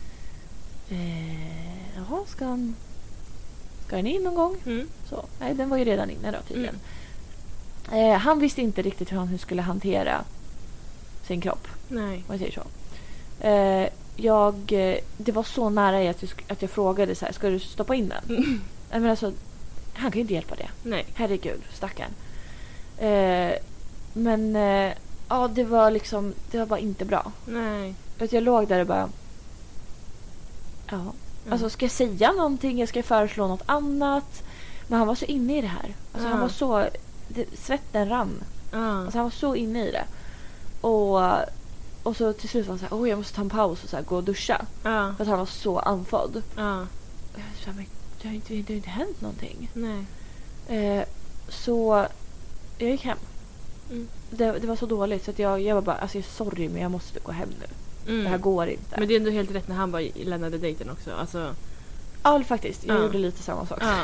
Eh, jaha, ska han... Ska den in någon gång? Mm. Så. Nej, den var ju redan inne då tydligen. Eh, han visste inte riktigt hur han skulle hantera sin kropp, Nej. om jag säger så. Eh, jag, eh, det var så nära i att jag, sk- att jag frågade så här, ska du stoppa in den? Mm. Nej, men alltså, han kan ju inte hjälpa det. Nej. Herregud, stackarn. Eh, men eh, ja, det var liksom, det var bara inte bra. Nej. För att jag låg där och bara, ja, Mm. alltså ska jag säga någonting? Jag ska föreslå något annat. Men han var så inne i det här. Alltså Ja. han var så, det, svetten rann. Ja. Alltså han var så inne i det. Och, och så till slut var han så här, oh, jag måste ta en paus och så här, gå och duscha. Ja. För att han var så andfådd. Ja. Och jag var så här, men det har inte, det har inte hänt någonting. Nej. Eh, så jag gick hem. Mm. Det, det var så dåligt så att jag, jag var bara, alltså sorry men jag måste gå hem nu. Mm. Det här går inte. Men det är ändå helt rätt när han bara lämnade dejten också. Alltså, Ja, faktiskt. Jag Ja. gjorde lite samma sak. ja.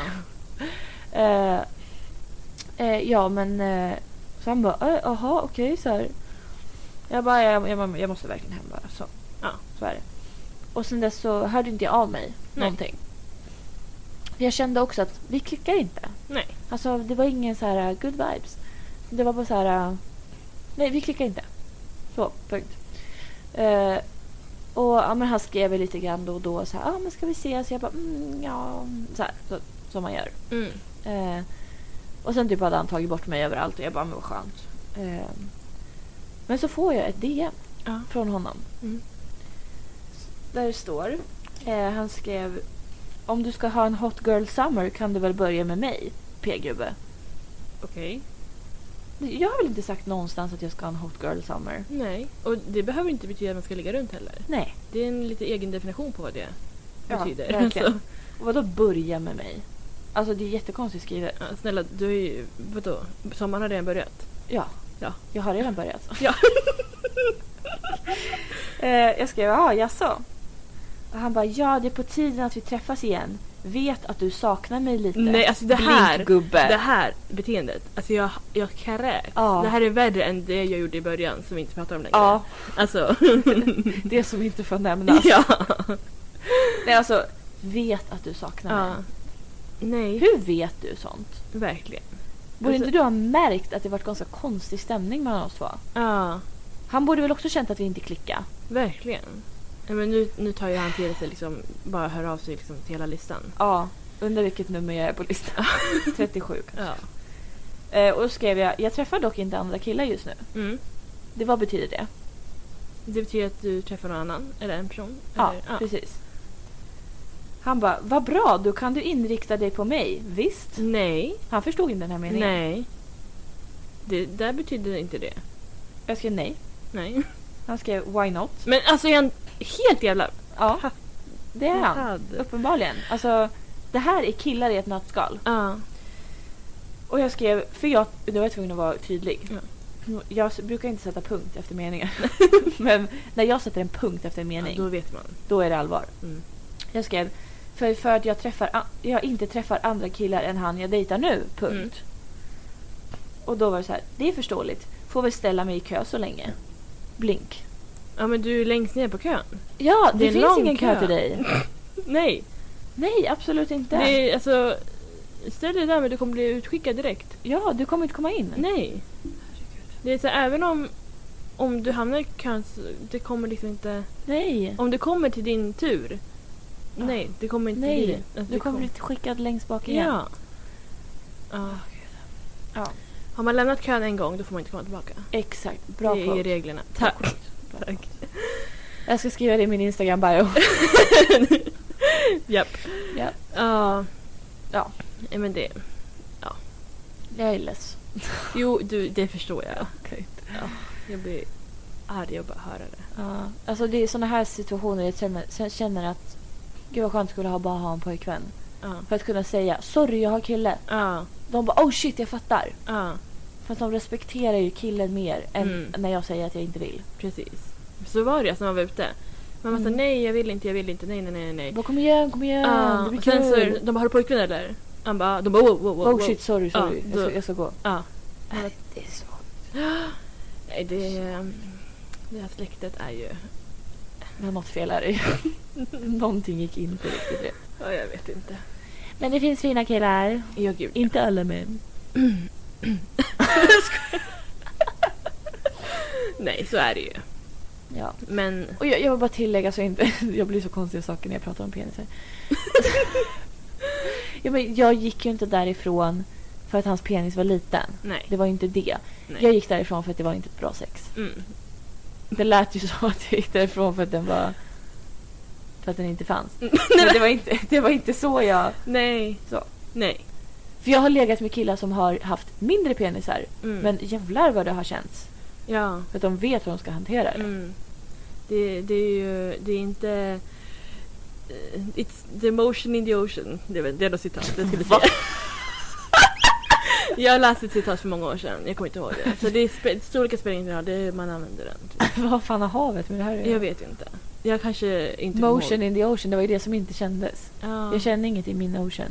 Eh, eh, ja, men eh, så han bara, eh, aha, okej, så här. Jag bara, jag, jag, jag måste verkligen hem bara. Så, Ja. så är det. Och sen dess så hörde inte jag av mig Nej. någonting. Jag kände också att vi klickar inte. Nej. Alltså, det var ingen så här uh, good vibes. Det var bara så här, uh, nej, vi klickar inte. Så, punkt. Eh, och ja, men han skrev väl lite grann då och då så här, ja, men ska vi ses? Jag bara, mm, ja, så här, så, som man gör. Mm. Eh, och sen typ hade han tagit bort mig överallt och jag bara, men vad skönt. Eh, men så får jag ett D M Ja. från honom. Mm. Där det står, eh, han skrev, om du ska ha en hot girl summer kan du väl börja med mig, P-gubbe. Okej. Jag har väl inte sagt någonstans att jag ska ha en hot girl summer. Nej. Och det behöver inte betyda att man ska ligga runt heller. Nej. Det är en lite egen definition på vad det Ja, betyder. verkligen. Så, Och vadå börja med mig? Alltså det är jättekonstigt skrivet. ja, snälla, du är ju... Vadå? Sommaren har redan börjat. Ja, Ja. jag har redan börjat. Ja. eh, jag skrev, ja, jaså? Och han bara, ja, det är på tiden att vi träffas igen. Vet att du saknar mig lite. Nej, alltså det här... Blinkgubbe. Det här beteendet. Alltså jag, jag kräks. Ja. Det här är värre än det jag gjorde i början som vi inte pratar om längre. Ja, Alltså... det som inte får nämnas. ja. Nej, alltså, vet att du saknar ja. mig. Nej, Hur vet du sånt? verkligen. Borde Alltså- inte du ha märkt att det var ganska konstig stämning mellan oss två? Ja, Han borde väl också känt att vi inte klickade. verkligen. Ja, men nu, nu tar ju han till sig liksom, bara hör av sig liksom till hela listan. Ja, undrar vilket nummer jag är på listan. trettiosju kanske. Ja. Eh, och då skrev jag, jag träffar dock inte andra killar just nu. Mm. Det, vad betyder det? Det betyder att du träffar någon annan, eller en person. Ja, eller, precis. Han bara, vad bra, då kan du inrikta dig på mig. Visst. Nej, Han förstod inte den här meningen. nej. Det där betyder inte det. Jag skrev nej. Nej. Han skrev, why not? Men alltså är han helt jävla... Ja, det är han. Hade. Uppenbarligen. Alltså, det här är killar i ett nötskal. Ja. Och jag skrev, för jag, nu var jag tvungen att vara tydlig. Ja. Jag s- brukar inte sätta punkt efter meningar. Men när jag sätter en punkt efter en Ja, mening, då vet man. då är det allvar. Mm. Jag skrev, För, för att jag träffar a- jag inte träffar andra killar än han jag dejtar nu. Punkt. Mm. Och då var det så här, det är förståeligt. Får väl ställa mig i kö så länge. Blink. Ja, men du är längst ner på kön. Ja, det, Det är en finns lång ingen kö kö. till dig. Nej. Nej, absolut inte. Det är alltså... Ställ dig där men du kommer bli utskickad direkt. Ja, du kommer inte komma in. Nej. Det är så här, även om om du hamnar i kön så det kommer liksom inte... Nej. Om du kommer till din tur. Nej, det kommer inte Nej, bli. Alltså, du det kommer bli skickad längst bak igen. Ja. Ja. Ja. Har man lämnat kön en gång då får man inte komma tillbaka. Exakt, bra Det är quote. reglerna. Bra Tack. quote. Bra Tack. quote. Jag ska skriva det i min Instagram bio. Japp. Ja. Ja. Ja. Ja, men det... Jag är less. Jo, du, det förstår jag. Okay. Ja, jag blir arg att bara höra det. Ja. Alltså det är såna här situationer jag känner, jag känner att gud vad skönt skulle ha bara ha en pojkvän. Ja. För att kunna säga, sorry jag har kille. Ja. De bara, oh shit jag fattar. Ja. För att de respekterar ju killen mer än Mm. när jag säger att jag inte vill. Precis. Så var det när man var ute. Man var Mm. så nej, jag vill inte, jag vill inte, nej, nej, nej, nej. Bara, kom igen, kom igen, Ja, det blir och sen så, kul. de bara, har du pojkvän eller? Han bara, de bara, wow, wow, wow. Oh wow. shit, sorry, sorry. Ja, jag, då- ska, jag ska gå. Ja. Nej, det är så. Nej, det, det här släktet är ju... Jag har något fel här. Någonting gick inte riktigt rätt. Ja, jag vet inte. Men det finns fina killar. Ja, gud. Inte alla män. Nej, så är det ju. Ja. Men... Och jag, jag vill bara tillägga så inte jag blir så konstiga saker när jag pratar om penisar. ja, men jag gick ju inte därifrån för att hans penis var liten. Nej. Det var ju inte det. Nej. Jag gick därifrån för att det var inte ett bra sex. Mm. Det lät ju som att jag gick därifrån för att den var för att den inte fanns. Nej, Men det var inte, det var inte så jag... Nej. Så. Nej. För jag har legat med killar som har haft mindre penisar. Mm. Men jävlar vad det har känts. Ja. För att de vet hur de ska hantera det. Mm. Det, det är ju... Det är inte... eh, It's the motion in the ocean. Det är väl det är något citat. Det skulle Va? säga. Jag läste ett citat för många år sedan. Jag kommer inte ihåg det. Så det är spe- storleken spelar ingen roll. Det är hur man använder den. Vad fan har havet med det här att Jag göra? vet inte. Jag kanske inte Motion kommer ihåg. in the ocean, det var ju det som inte kändes. Ja. Jag känner inget i min ocean.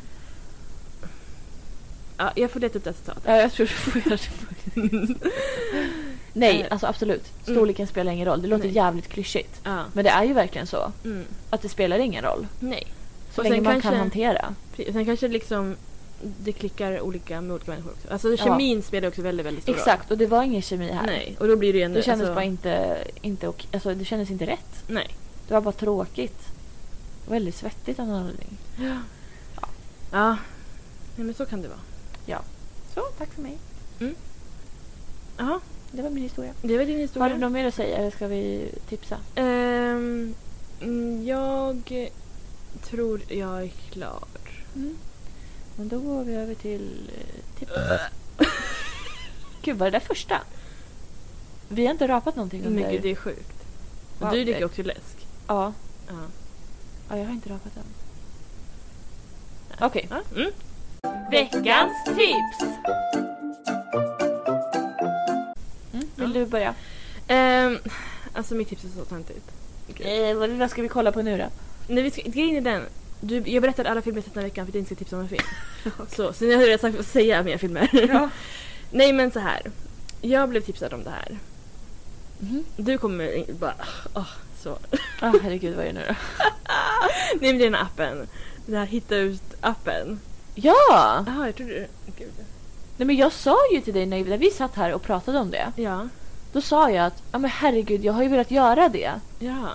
Ja, jag får leta upp det här citatet. Ja, jag tror du får göra det. Nej, Eh, alltså absolut. Storleken spelar ingen roll. Det låter Nej. jävligt klyschigt. Ja. Men det är ju verkligen så. Mm. Att det spelar ingen roll. Nej. Så Och länge sen man kanske- kan hantera. Precis. Sen kanske liksom det klickar olika med olika människor också. Alltså kemin spelar också väldigt, väldigt stor roll. Exakt, och det var ingen kemi här. Nej, och då blir det ju ändå... Det kändes alltså, bara inte, inte ok- alltså det kändes inte rätt. Nej. Det var bara tråkigt. Väldigt svettigt av någon anledning. Ja. Ja. Nej, men så kan det vara. Så, tack för mig. Jaha, Det var min historia. det var din Har historia. du något mer att säga eller ska vi tipsa? Ehm, mm, jag tror jag är klar. Mm. Men då går vi över till eh, tips. Gud, var det där första? Vi har inte rapat någonting under... Men gud, det är sjukt. Och Wow, du det- dricker också läsk. Ja. Ja. ja, jag har inte rapat den. Okej. Ja. Mm. Veckans tips! Mm, vill Ja. du börja? Ehm, alltså mitt tips är så töntigt. Eh, vad, vad ska vi kolla på nu då? När vi ska, grejen är den. Du, jag berättade alla filmer jag sett den här veckan för att jag inte ska tipsa om en film. Så, så nu har jag redan sagt att säga mer filmer. Ja. Nej, men så här. Jag blev tipsad om det här. Mhm. Du kommer in- bara... åh, så. Ah, herregud, vad är det nu då? Nej, men det är den här appen. Den här hitta ut-appen. Ja! Jaha, jag trodde... Gud. Nej, men jag sa ju till dig när vi satt här och pratade om det. Ja. Då sa jag att, ja men herregud, jag har ju velat göra det. Ja.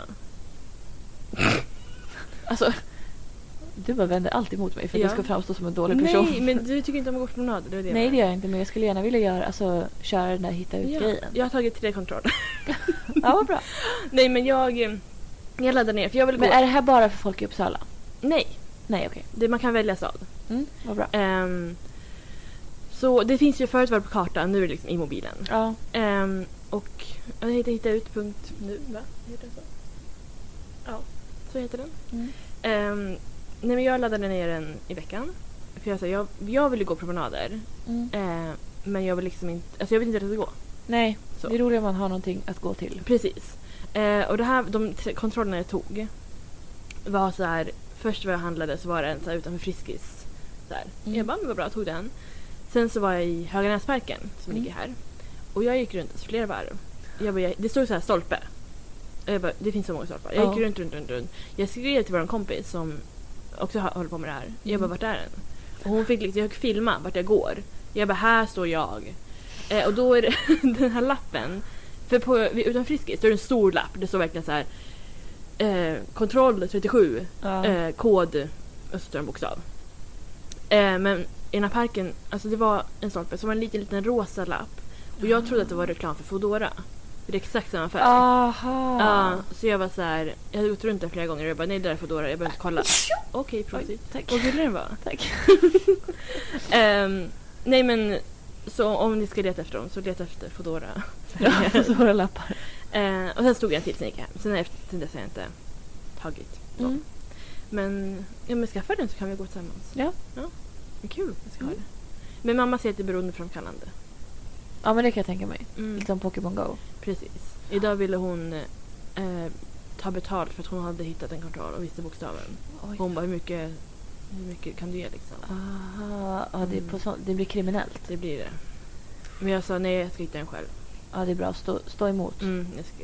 Alltså, du bara vänder alltid emot mig för att Ja. jag ska framstå som en dålig person. Nej, men du tycker inte om att gå på promenader. Det är det jag Nej, det menar. gör jag inte, men jag skulle gärna vilja göra, alltså, köra den där hitta Ja, ut-grejen. jag har tagit tre kontroller. Ja, vad bra. Nej, men jag... eh, Jag laddar ner, för jag vill gå... Men är det här bara för folk i Uppsala? Nej, Nej, okej. det, man kan välja stad. Mm, vad bra. Ehm, så det finns ju förut var det på kartan, nu är det liksom i mobilen. Ja. Ehm, och jag heter hitta ut punkt nu, va? Heter den så? Ja, så heter den. Mm. Ehm, nej, men jag laddade ner den i veckan. För jag, sa, jag, jag vill ju gå promenader. Mm. Ehm, men jag vill liksom inte, alltså jag vet inte hur det ska gå. Nej, Så. det är roligt om man har någonting att gå till. Precis. Ehm, och det här, de tre kontrollerna jag tog var så här först var jag handlade så var det en så här, utanför Friskis. Så här. Mm. Jag bara, men vad bra, jag tog den. Sen så var jag i Höganäsparken som Mm. ligger här. Och jag gick runt flera varv. Jag bara, jag, det stod så här stolpe. Och jag bara, det finns så många stolpar. Jag gick Ja. runt, runt, runt, runt. Jag skrev till vår kompis som också ha- håller på med det här. Jag bara, Mm. vart är den? Och hon fick liksom, jag fick filma vart jag går. Jag bara, här står jag. Eh, och då är det den här lappen. För på, utan Friskis, då är det en stor lapp. Det står verkligen så här. Eh, kontroll trettiosju. Ja. Eh, kod. Och så står det en bokstav. Eh, men i den här parken, alltså det var en stolpe som var en liten, liten rosa lapp. Och jag trodde att det var reklam för Foodora. För det är exakt samma färg. Aha. Ja, så jag var så här, jag hade gått runt där flera gånger och jag bara, nej det där är Foodora, jag behöver inte kolla. Okej, Oj, prosit. tack. Vad gullig den var. Tack. Ehm, nej men, så om ni ska leta efter dem så leta efter Foodora. Ja, så våra lappar. Eh, och sen stod jag en till, sen gick jag hem. Sen efter sen dess har jag inte tagit dem. Mm. Men, ja men skaffa den så kan vi gå tillsammans. Ja. Ja, det är kul. Jag ska ha Mm. det. Men mamma säger att det är beroendeframkallande. Ja, men det kan jag tänka mig. Mm. Lite som Pokémon Go. Precis. Idag ville hon eh, ta betalt för att hon hade hittat en kontroll och visste bokstaven. Oj. Hon bara, hur mycket, hur mycket kan du ge liksom? Aha. Ja, det, är på Mm. så, det blir kriminellt. Det blir det. Men jag sa, nej jag ska hitta den själv. Ja, det är bra. Stå, stå emot. Mm, jag ska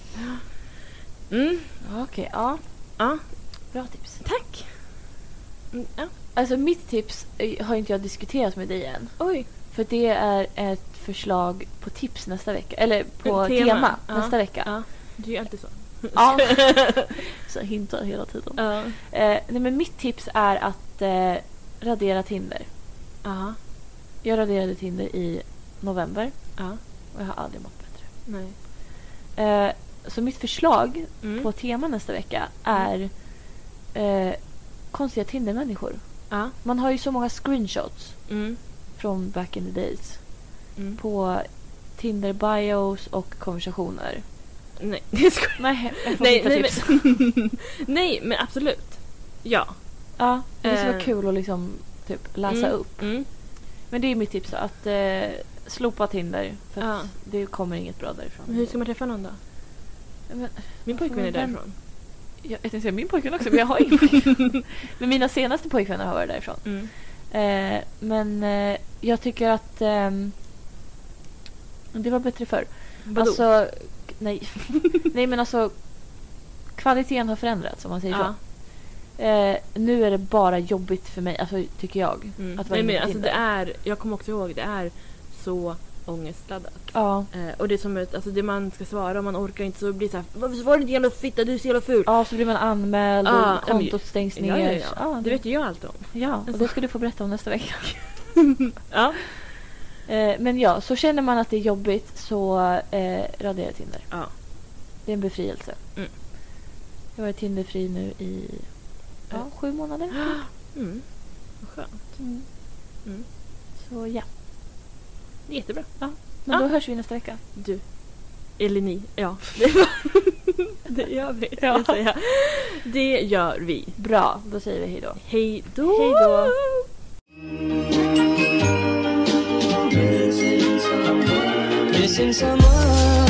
mm. Ja, Okej, ja. Ja, Bra tips. tack. Mm, ja. Alltså mitt tips eh, har inte jag diskuterat med dig än. Oj. För det är ett förslag på tips nästa vecka. Eller på Tema. tema, Ja. nästa vecka. Ja, det är ju alltid så. Ja. Så jag hintar hela tiden. Ja. Eh, nej, men mitt tips är att eh, radera Tinder. Ja. Jag raderade Tinder i november Ja. och jag har aldrig mått bättre. Nej. Eh, så mitt förslag Mm. på tema nästa vecka är eh, konstiga Tinder-människor. Ja. Man har ju så många screenshots Mm. från back in the days Mm. på Tinder-bios och konversationer. Nej, det ska Nej, jag får nej, hitta nej, tips. men, nej, men absolut. Ja. Ja, det skulle vara Eh. kul att liksom typ läsa Mm. upp. Mm. Men det är mitt tips då, att eh, slopa Tinder. För Ja. att det kommer inget bra därifrån. Men hur ska man träffa någon då? Men, Min pojkvän är vem- därifrån. jag, jag tänkte säga min pojkvän också, men jag har ingen pojkvän. Men mina senaste pojkvänner har varit därifrån. Mm. Eh, men eh, jag tycker att ehm, det var bättre förr. Vadå? Alltså, k- nej. nej, men alltså kvaliteten har förändrats, om man säger ja. så. Eh, nu är det bara jobbigt för mig, alltså tycker jag. Mm. Att vara Nej, inne men på alltså det Tinder. är, jag kommer också ihåg, det är så ångestladdat. Ja. Eh, och det är som ett, alltså det man ska svara, om man orkar inte så blir det så här, varför svarar du inte jävla fitta, du är så jävla ful. Ja, så blir man anmäld Ja, och kontot stängs Ja, ner. ja, ja. Det vet ju jag allt om. Ja, och Alltså. det ska du få berätta om nästa vecka. Ja. Eh, men ja, så känner man att det är jobbigt så eh, radera Tinder. Ja. Det är en befrielse. Mm. Jag har varit Tinderfri nu i ja, Ja. sju månader. Mm. Vad skönt. Mm. Mm. Så ja. Det är jättebra. Men Ja. då hörs vi nästa vecka. Du. Eller ni. Ja. Det, det gör vi. ska jag säga. Det gör vi. Bra, då säger vi hej då. Hej då. Hej då. Missing someone, missing someone.